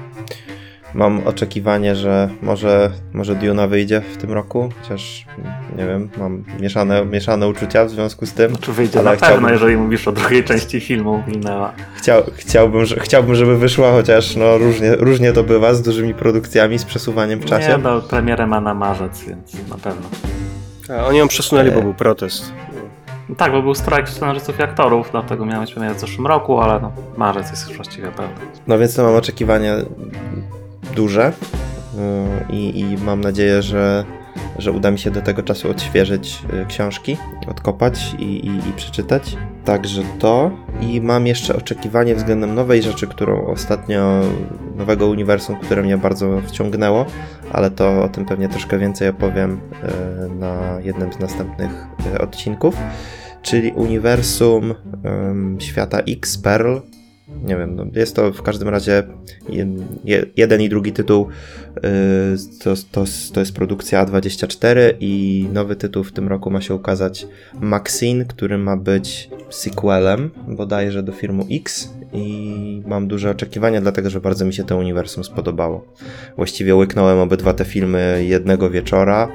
mam oczekiwanie, że może, może Duna wyjdzie w tym roku, chociaż nie wiem, mam mieszane, mieszane uczucia w związku z tym. Znaczy wyjdzie ale na pewno, chciałbym, jeżeli mówisz o drugiej części filmu Wilnewa. Chciał, chciałbym, że, chciałbym, żeby wyszła, chociaż no różnie, różnie to bywa z dużymi produkcjami, z przesuwaniem w czasie. Nie, no premierę ma na marzec, więc na pewno. A, oni ją przesunęli, bo E. był protest. Tak, bo był strajk scenarzystów i aktorów, dlatego miała być premiera w zeszłym roku, ale no, marzec jest już właściwie pewny. No więc to mam oczekiwania duże yy, i, i mam nadzieję, że, że uda mi się do tego czasu odświeżyć yy, książki, odkopać i, i, i przeczytać. Także to. I mam jeszcze oczekiwanie względem nowej rzeczy, którą ostatnio, nowego uniwersum, które mnie bardzo wciągnęło, ale to o tym pewnie troszkę więcej opowiem yy, na jednym z następnych yy, odcinków, czyli uniwersum yy, świata X, Pearl. Nie wiem, no jest to w każdym razie je, jeden i drugi tytuł, yy, to, to, to jest produkcja A dwadzieścia cztery i nowy tytuł w tym roku ma się ukazać Maxine, który ma być sequelem bodajże do filmu X i mam duże oczekiwania, dlatego że bardzo mi się to uniwersum spodobało. Właściwie łyknąłem obydwa te filmy jednego wieczora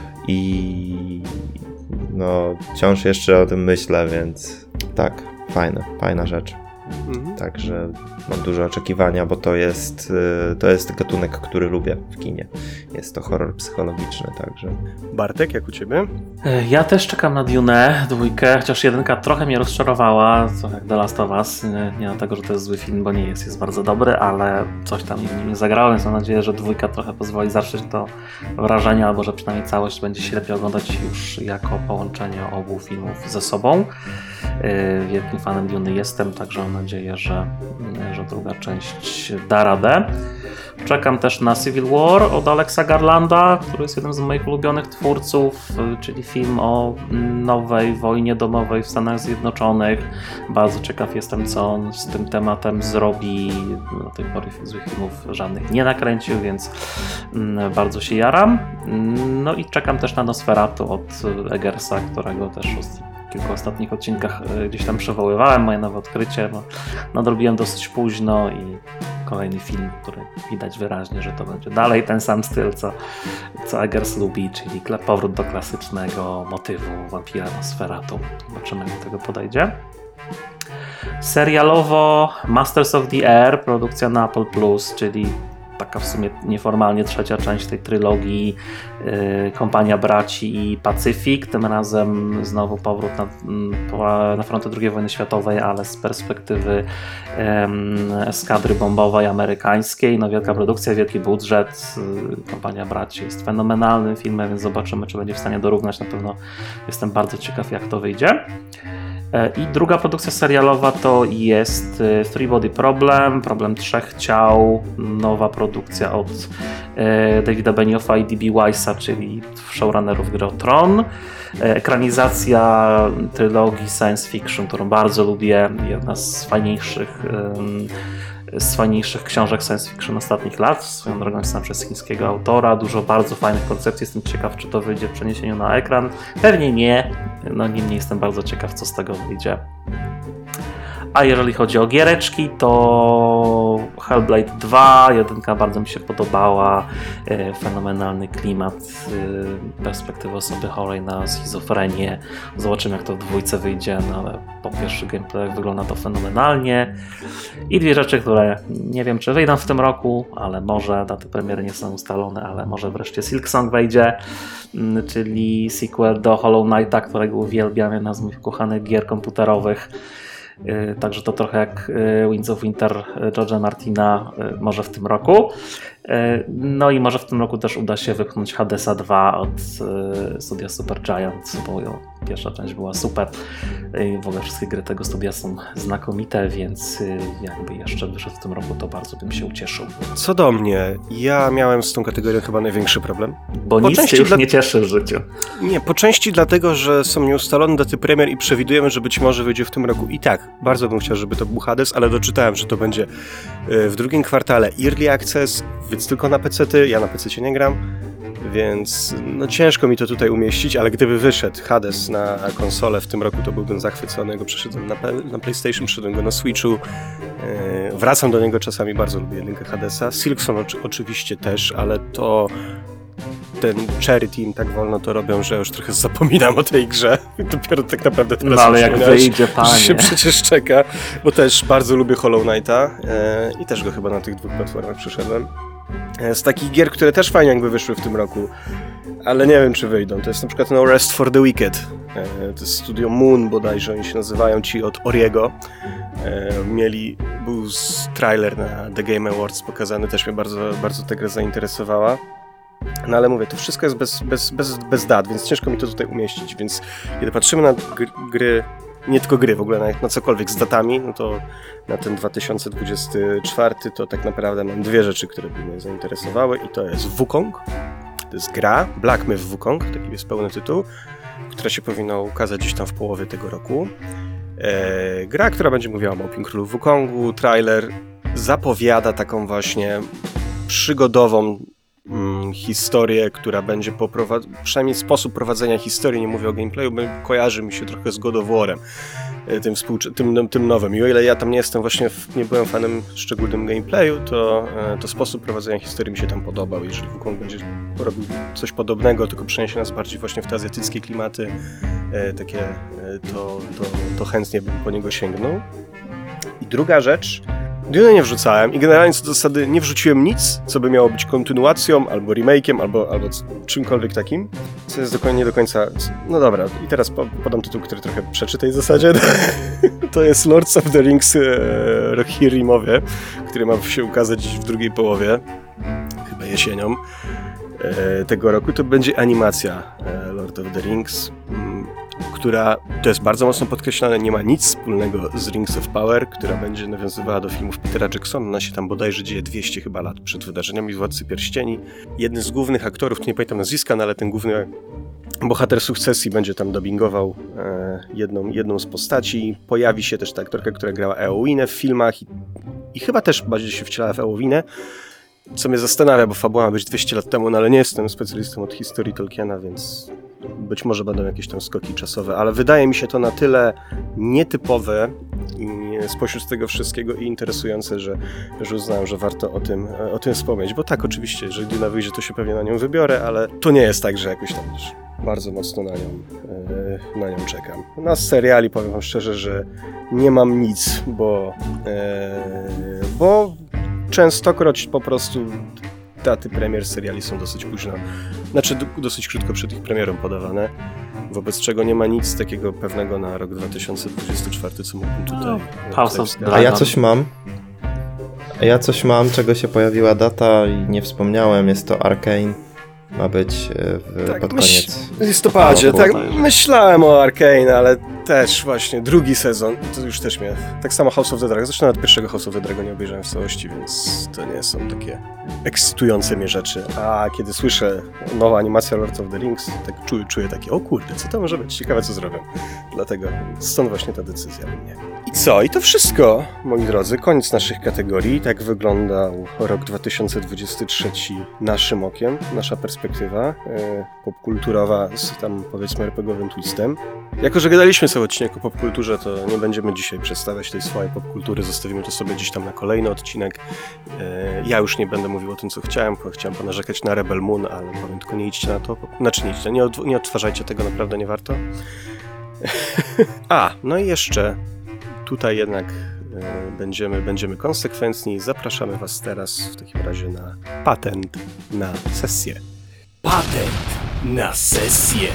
i no wciąż jeszcze o tym myślę, więc tak, fajne, fajna rzecz. Mhm. Także mam duże oczekiwania, bo to jest, to jest gatunek, który lubię w kinie. Jest to horror psychologiczny, także. Bartek, jak u ciebie? Ja też czekam na Dune dwójkę, chociaż jedynka trochę mnie rozczarowała, co jak The Last of Us. Nie, nie dlatego, że to jest zły film, bo nie jest, jest bardzo dobry, ale coś tam w nim nie zagrało, więc mam nadzieję, że dwójka trochę pozwoli zatrzeć to wrażenie, albo że przynajmniej całość będzie się lepiej oglądać już jako połączenie obu filmów ze sobą. Wielkim fanem Duny jestem, także mam nadzieję, że, że druga część da radę. Czekam też na Civil War od Alexa Garlanda, który jest jednym z moich ulubionych twórców, czyli film o nowej wojnie domowej w Stanach Zjednoczonych. Bardzo ciekaw jestem, co on z tym tematem zrobi. Do tej pory złych filmów żadnych nie nakręcił, więc bardzo się jaram. No i czekam też na Nosferatu od Eggersa, którego też w kilku ostatnich odcinkach gdzieś tam przywoływałem, moje nowe odkrycie, bo nadrobiłem dosyć późno i kolejny film, który widać wyraźnie, że to będzie dalej ten sam styl, co, co Eggers lubi, czyli powrót do klasycznego motywu wampira Nosferatu. Zobaczymy, jak do tego podejdzie. Serialowo Masters of the Air, produkcja na Apple Plus, czyli taka w sumie nieformalnie trzecia część tej trylogii, yy, Kompania Braci i Pacyfik. Tym razem znowu powrót na, na fronty drugiej wojny światowej, ale z perspektywy yy, eskadry bombowej amerykańskiej. No wielka produkcja, wielki budżet. Yy, Kompania Braci jest fenomenalnym filmem, więc zobaczymy, czy będzie w stanie dorównać. Na pewno jestem bardzo ciekaw, jak to wyjdzie. I druga produkcja serialowa to jest Three Body Problem, Problem Trzech Ciał, nowa produkcja od Davida Beniofa i D B Weissa, czyli showrunnerów Gry o Tron. Ekranizacja trylogii science fiction, którą bardzo lubię, jedna z fajniejszych z fajniejszych książek science fiction ostatnich lat, swoją drogą pisana przez chińskiego autora, dużo bardzo fajnych koncepcji, jestem ciekaw, czy to wyjdzie w przeniesieniu na ekran, pewnie nie, no niemniej jestem bardzo ciekaw, co z tego wyjdzie. A jeżeli chodzi o giereczki, to Hellblade dwa, jedynka bardzo mi się podobała, fenomenalny klimat, perspektywa osoby chorej na schizofrenię, zobaczymy, jak to w dwójce wyjdzie, no ale po pierwszych gameplayach wygląda to fenomenalnie. I dwie rzeczy, które nie wiem, czy wyjdą w tym roku, ale może, daty premiery nie są ustalone, ale może wreszcie Silksong wejdzie, czyli sequel do Hollow Knighta, którego uwielbiam, jedna z moich ukochanych gier komputerowych. Także to trochę jak Winds of Winter George'a Martina, może w tym roku. No i może w tym roku też uda się wypchnąć Hadesa dwa od studia Supergiant, bo pierwsza część była super i w ogóle wszystkie gry tego studia są znakomite, więc jakby jeszcze wyszedł w tym roku, to bardzo bym się ucieszył. Co do mnie, ja miałem z tą kategorią chyba największy problem. Bo po nic cię już dla... nie cieszy w życiu. Nie, po części dlatego, że są nieustalone daty premier i przewidujemy, że być może wyjdzie w tym roku. I tak, bardzo bym chciał, żeby to był Hades, ale doczytałem, że to będzie w drugim kwartale Early Access, więc tylko na pecety, ja na pececie nie gram, więc no ciężko mi to tutaj umieścić, ale gdyby wyszedł Hades na konsolę w tym roku, to byłbym zachwycony, go przeszedłem na, na PlayStation, przeszedłem go na Switchu, yy, wracam do niego czasami, bardzo lubię jedynkę Hadesa, Silksong oczy, oczywiście też, ale to ten Cherry Team tak wolno to robią, że już trochę zapominam o tej grze. Dopiero tak naprawdę teraz no ale jak wyjdzie, panie. że się przecież czeka, bo też bardzo lubię Hollow Knighta e, i też go chyba na tych dwóch platformach przeszedłem. E, z takich gier, które też fajnie jakby wyszły w tym roku, ale nie wiem, czy wyjdą. To jest na przykład No Rest for the Wicked. E, to jest studio Moon bodajże, oni się nazywają, ci od Oriego. E, mieli, był trailer na The Game Awards pokazany, też mnie bardzo, bardzo ta gra zainteresowała. No ale mówię, to wszystko jest bez, bez, bez, bez dat, więc ciężko mi to tutaj umieścić, więc kiedy patrzymy na gry, gry nie tylko gry, w ogóle na, na cokolwiek z datami, no to na ten dwa tysiące dwudziesty czwarty to tak naprawdę mam dwie rzeczy, które by mnie zainteresowały i to jest Wukong, to jest gra, Black Myth Wukong, taki jest pełny tytuł, która się powinna ukazać gdzieś tam w połowie tego roku. E, gra, która będzie mówiła o Małpim Królu Wukongu, trailer zapowiada taką właśnie przygodową historię, która będzie poprowadzona, przynajmniej sposób prowadzenia historii, nie mówię o gameplayu, bo kojarzy mi się trochę z God of War'em, tym, współczy- tym, tym nowym. I o ile ja tam nie jestem właśnie, nie byłem fanem szczególnym gameplayu, to, to sposób prowadzenia historii mi się tam podobał. Jeżeli Wukong będzie robił coś podobnego, tylko przeniesie nas bardziej właśnie w te azjatyckie klimaty, takie, to, to, to chętnie bym po niego sięgnął. I druga rzecz, Dune nie wrzucałem i generalnie co do zasady nie wrzuciłem nic, co by miało być kontynuacją, albo remake'iem, albo, albo czymkolwiek takim, co jest dokładnie nie do końca... No dobra, i teraz podam tytuł, który trochę przeczy tej zasadzie. To jest Lords of the Rings e, Rohirrimowie, który ma się ukazać w drugiej połowie, chyba jesienią e, tego roku. To będzie animacja e, Lord of the Rings, m, która, to jest bardzo mocno podkreślane, nie ma nic wspólnego z Rings of Power, która będzie nawiązywała do filmów Petera Jacksona. Ona się tam bodajże dzieje dwieście chyba lat przed wydarzeniami Władcy Pierścieni. Jeden z głównych aktorów, tu nie pamiętam nazwiska, no ale ten główny bohater Sukcesji będzie tam dubbingował e, jedną, jedną z postaci. Pojawi się też ta aktorka, która grała Eowynę w filmach i, i chyba też bardziej się wcielała w Eowynę. Co mnie zastanawia, bo fabuła ma być dwieście lat temu, no ale nie jestem specjalistą od historii Tolkiena, więc być może będą jakieś tam skoki czasowe, ale wydaje mi się to na tyle nietypowe i spośród tego wszystkiego i interesujące, że, że uznałem, że warto o tym, o tym wspomnieć, bo tak, oczywiście, jeżeli Duna wyjdzie, to się pewnie na nią wybiorę, ale to nie jest tak, że jakoś tam już bardzo mocno na nią, na nią czekam. Na seriali powiem wam szczerze, że nie mam nic, bo, bo częstokroć po prostu daty premier seriali są dosyć późno, znaczy d- dosyć krótko przed ich premierą podawane, wobec czego nie ma nic takiego pewnego na rok dwa tysiące dwudziesty czwarty, co mógłbym tutaj... No, tutaj House of wskazać. A ja coś mam. A ja coś mam, czego się pojawiła data i nie wspomniałem. Jest to Arcane. Ma być e, w, Tak, pod myśl- koniec. W listopadzie, roku. tak. Myślałem o Arcane, ale też właśnie drugi sezon, to już też mnie... Tak samo House of the Dragon, zresztą nawet pierwszego House of the Dragon nie obejrzałem w całości, więc to nie są takie ekscytujące mnie rzeczy. A kiedy słyszę nowa animacja Lord of the Rings, tak czuję, czuję takie, o kurde, co to może być? Ciekawe, co zrobią. Dlatego stąd właśnie ta decyzja u mnie. I co? I to wszystko, moi drodzy. Koniec naszych kategorii. Tak wyglądał rok dwa tysiące dwudziesty trzeci naszym okiem, nasza perspektywa e, popkulturowa z tam powiedzmy er pe gie owym twistem. Jako, że gadaliśmy sobie odcinek o popkulturze, to nie będziemy dzisiaj przedstawiać tej swojej popkultury, zostawimy to sobie gdzieś tam na kolejny odcinek. E, ja już nie będę mówił o tym, co chciałem, bo chciałem ponarzekać na Rebel Moon, ale powiem tylko nie idźcie na to. Znaczy nie idźcie, nie, od, nie odtwarzajcie tego, naprawdę nie warto. A, no i jeszcze tutaj jednak e, będziemy, będziemy konsekwentni. Zapraszamy Was teraz w takim razie na patent na sesję. Patent na sesję.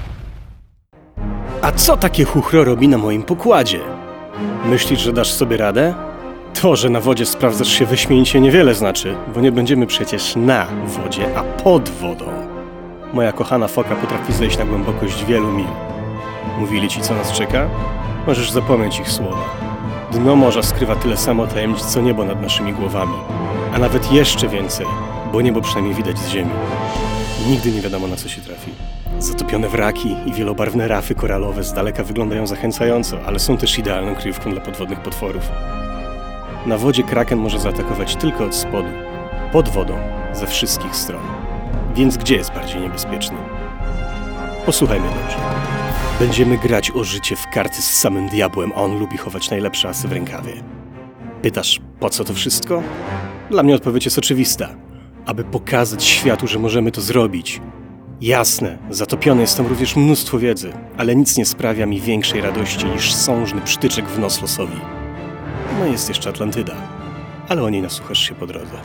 A co takie chuchro robi na moim pokładzie? Myślisz, że dasz sobie radę? To, że na wodzie sprawdzasz się wyśmienicie niewiele znaczy, bo nie będziemy przecież na wodzie, a pod wodą. Moja kochana foka potrafi zejść na głębokość wielu mil. Mówili ci, co nas czeka? Możesz zapomnieć ich słowa. Dno morza skrywa tyle samo tajemnic, co niebo nad naszymi głowami. A nawet jeszcze więcej, bo niebo przynajmniej widać z ziemi. Nigdy nie wiadomo, na co się trafi. Zatopione wraki i wielobarwne rafy koralowe z daleka wyglądają zachęcająco, ale są też idealną kryjówką dla podwodnych potworów. Na wodzie kraken może zaatakować tylko od spodu, pod wodą, ze wszystkich stron. Więc gdzie jest bardziej niebezpieczny? Posłuchaj mnie dobrze. Będziemy grać o życie w karty z samym diabłem, a on lubi chować najlepsze asy w rękawie. Pytasz, po co to wszystko? Dla mnie odpowiedź jest oczywista. Aby pokazać światu, że możemy to zrobić. Jasne, zatopione jest tam również mnóstwo wiedzy, ale nic nie sprawia mi większej radości niż sążny przytyczek w nos losowi. No jest jeszcze Atlantyda, ale o niej nasłuchasz się po drodze.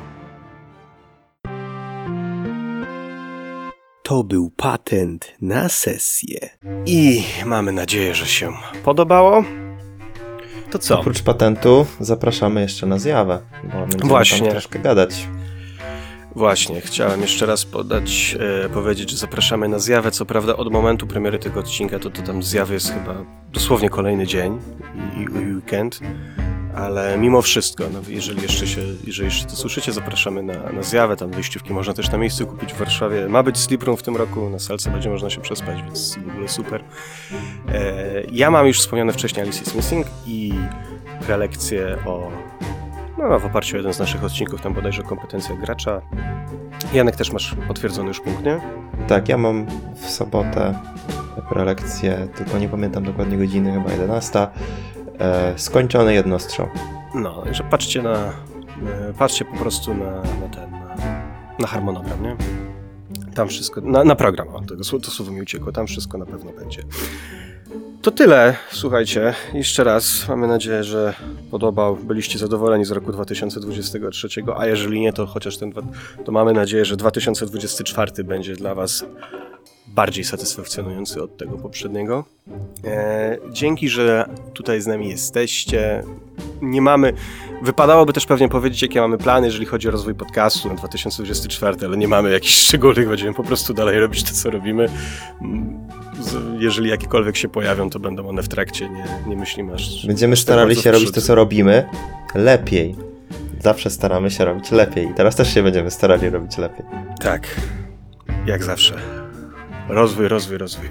To był patent na sesję. I mamy nadzieję, że się podobało. To co? Oprócz patentu zapraszamy jeszcze na zjawę, bo będziemy Właśnie. tam troszkę gadać. Właśnie, chciałem jeszcze raz podać, e, powiedzieć, że zapraszamy na zjawę. Co prawda od momentu premiery tego odcinka to, to tam zjawy jest chyba dosłownie kolejny dzień i, i weekend, ale mimo wszystko, no, jeżeli jeszcze się, jeżeli jeszcze to słyszycie, zapraszamy na, na zjawę. Tam wyjściówki można też na miejscu kupić w Warszawie. Ma być sleep room w tym roku, na salce będzie można się przespać, więc w ogóle super. E, ja mam już wspomniane wcześniej Alice is Missing i prelekcję o No, w oparciu o jeden z naszych odcinków, tam bodajże kompetencja gracza. Janek, też masz potwierdzony już punkt, nie? Tak, ja mam w sobotę prelekcję, tylko nie pamiętam dokładnie godziny, chyba jedenasta. E, skończony jednostrzał. No, że patrzcie na... e, Patrzcie po prostu na, na ten... Na, na harmonogram, nie? Tam wszystko... Na, na program, o, to, to słowo mi uciekło. Tam wszystko na pewno będzie. To tyle, słuchajcie, jeszcze raz mamy nadzieję, że podobał, byliście zadowoleni z roku dwa tysiące dwudziestego trzeciego, a jeżeli nie, to chociaż ten, to mamy nadzieję, że dwa tysiące dwudziesty czwarty będzie dla Was bardziej satysfakcjonujący od tego poprzedniego. E, dzięki, że tutaj z nami jesteście. Nie mamy, wypadałoby też pewnie powiedzieć, jakie mamy plany, jeżeli chodzi o rozwój podcastu na dwa tysiące dwudziesty czwarty, ale nie mamy jakichś szczególnych, będziemy po prostu dalej robić to, co robimy. Jeżeli jakiekolwiek się pojawią, to będą one w trakcie, nie, nie myślimy aż... Będziemy aż tak starali bardzo się w robić przód. to, co robimy, lepiej. Zawsze staramy się robić lepiej. I teraz też się będziemy starali robić lepiej. Tak, jak zawsze. Rozwój, rozwój, rozwój.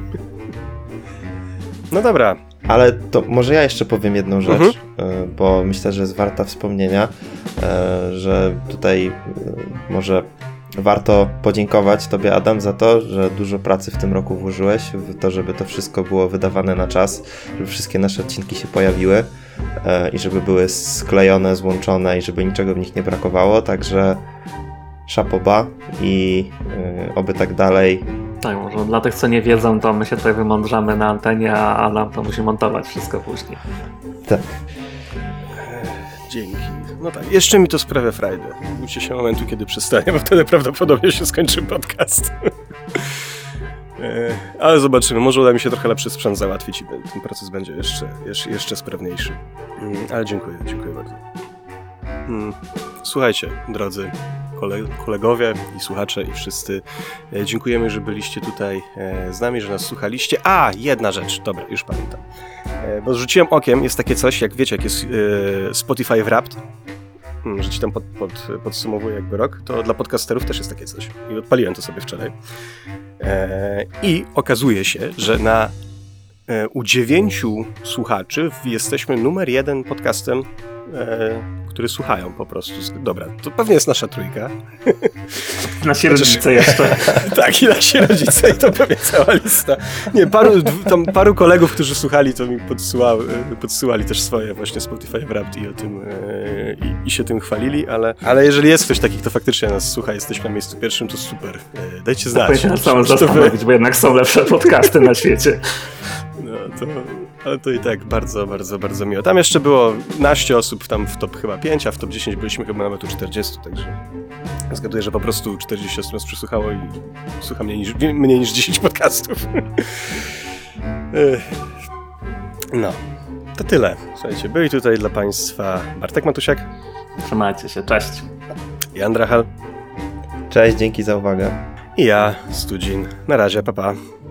No dobra. Ale to może ja jeszcze powiem jedną rzecz, Mhm. y, bo myślę, że jest warta wspomnienia, y, że tutaj y, może warto podziękować Tobie, Adam, za to, że dużo pracy w tym roku włożyłeś w to, żeby to wszystko było wydawane na czas, żeby wszystkie nasze odcinki się pojawiły y, i żeby były sklejone, złączone i żeby niczego w nich nie brakowało, także szapoba i y, oby tak dalej. Tak, może dla tych, co nie wiedzą, to my się tutaj wymądrzamy na antenie, a Adam to musi montować wszystko później. Tak. Dzięki. No tak, jeszcze mi to sprawia frajdę. Bójcie się momentu, kiedy przestanie, bo wtedy prawdopodobnie się skończy podcast. E, Ale zobaczymy, może uda mi się trochę lepszy sprzęt załatwić i ten proces będzie jeszcze, jeszcze, jeszcze sprawniejszy. Mm, Ale dziękuję, dziękuję bardzo. Mm, Słuchajcie, drodzy kole- kolegowie i słuchacze i wszyscy, e, dziękujemy, że byliście tutaj e, z nami, że nas słuchaliście. A, jedna rzecz, dobra, już pamiętam. E, Bo rzuciłem okiem, jest takie coś, jak wiecie, jak jest e, Spotify Wrapped, mm, że ci tam pod, pod, podsumowuje jakby rok, to dla podcasterów też jest takie coś. I odpaliłem to sobie wczoraj. E, I okazuje się, że na e, u dziewięciu słuchaczy jesteśmy numer jeden podcastem, e, który słuchają po prostu. Dobra, to pewnie jest nasza trójka. Nasi Chociaż- rodzice jeszcze. Tak, i nasi rodzice, i to pewnie cała lista. Nie, paru, dw- tam paru kolegów, którzy słuchali, to mi podsyłały, podsyłali też swoje właśnie Spotify Wrapped i o tym e, i, i się tym chwalili, ale, ale jeżeli jest ktoś taki, kto faktycznie nas słucha, jesteśmy na miejscu pierwszym, to super. E, dajcie znać. Powinien nas samo Czy to wy- zastanowić, bo jednak są lepsze podcasty na świecie. No, to, ale to i tak bardzo, bardzo, bardzo miło. Tam jeszcze było naście osób tam w top chyba pięć, a w top dziesięć byliśmy chyba nawet u czterdziestu, także zgaduję, że po prostu czterdzieści osób nas przysłuchało i słucha mniej niż, mniej niż dziesięć podcastów. Ech. No, to tyle. Słuchajcie, byli tutaj dla Państwa Bartek Matusiak Trzymajcie się, cześć. i Andrachal Cześć, dzięki za uwagę. i ja, Studzin. Na razie, pa pa.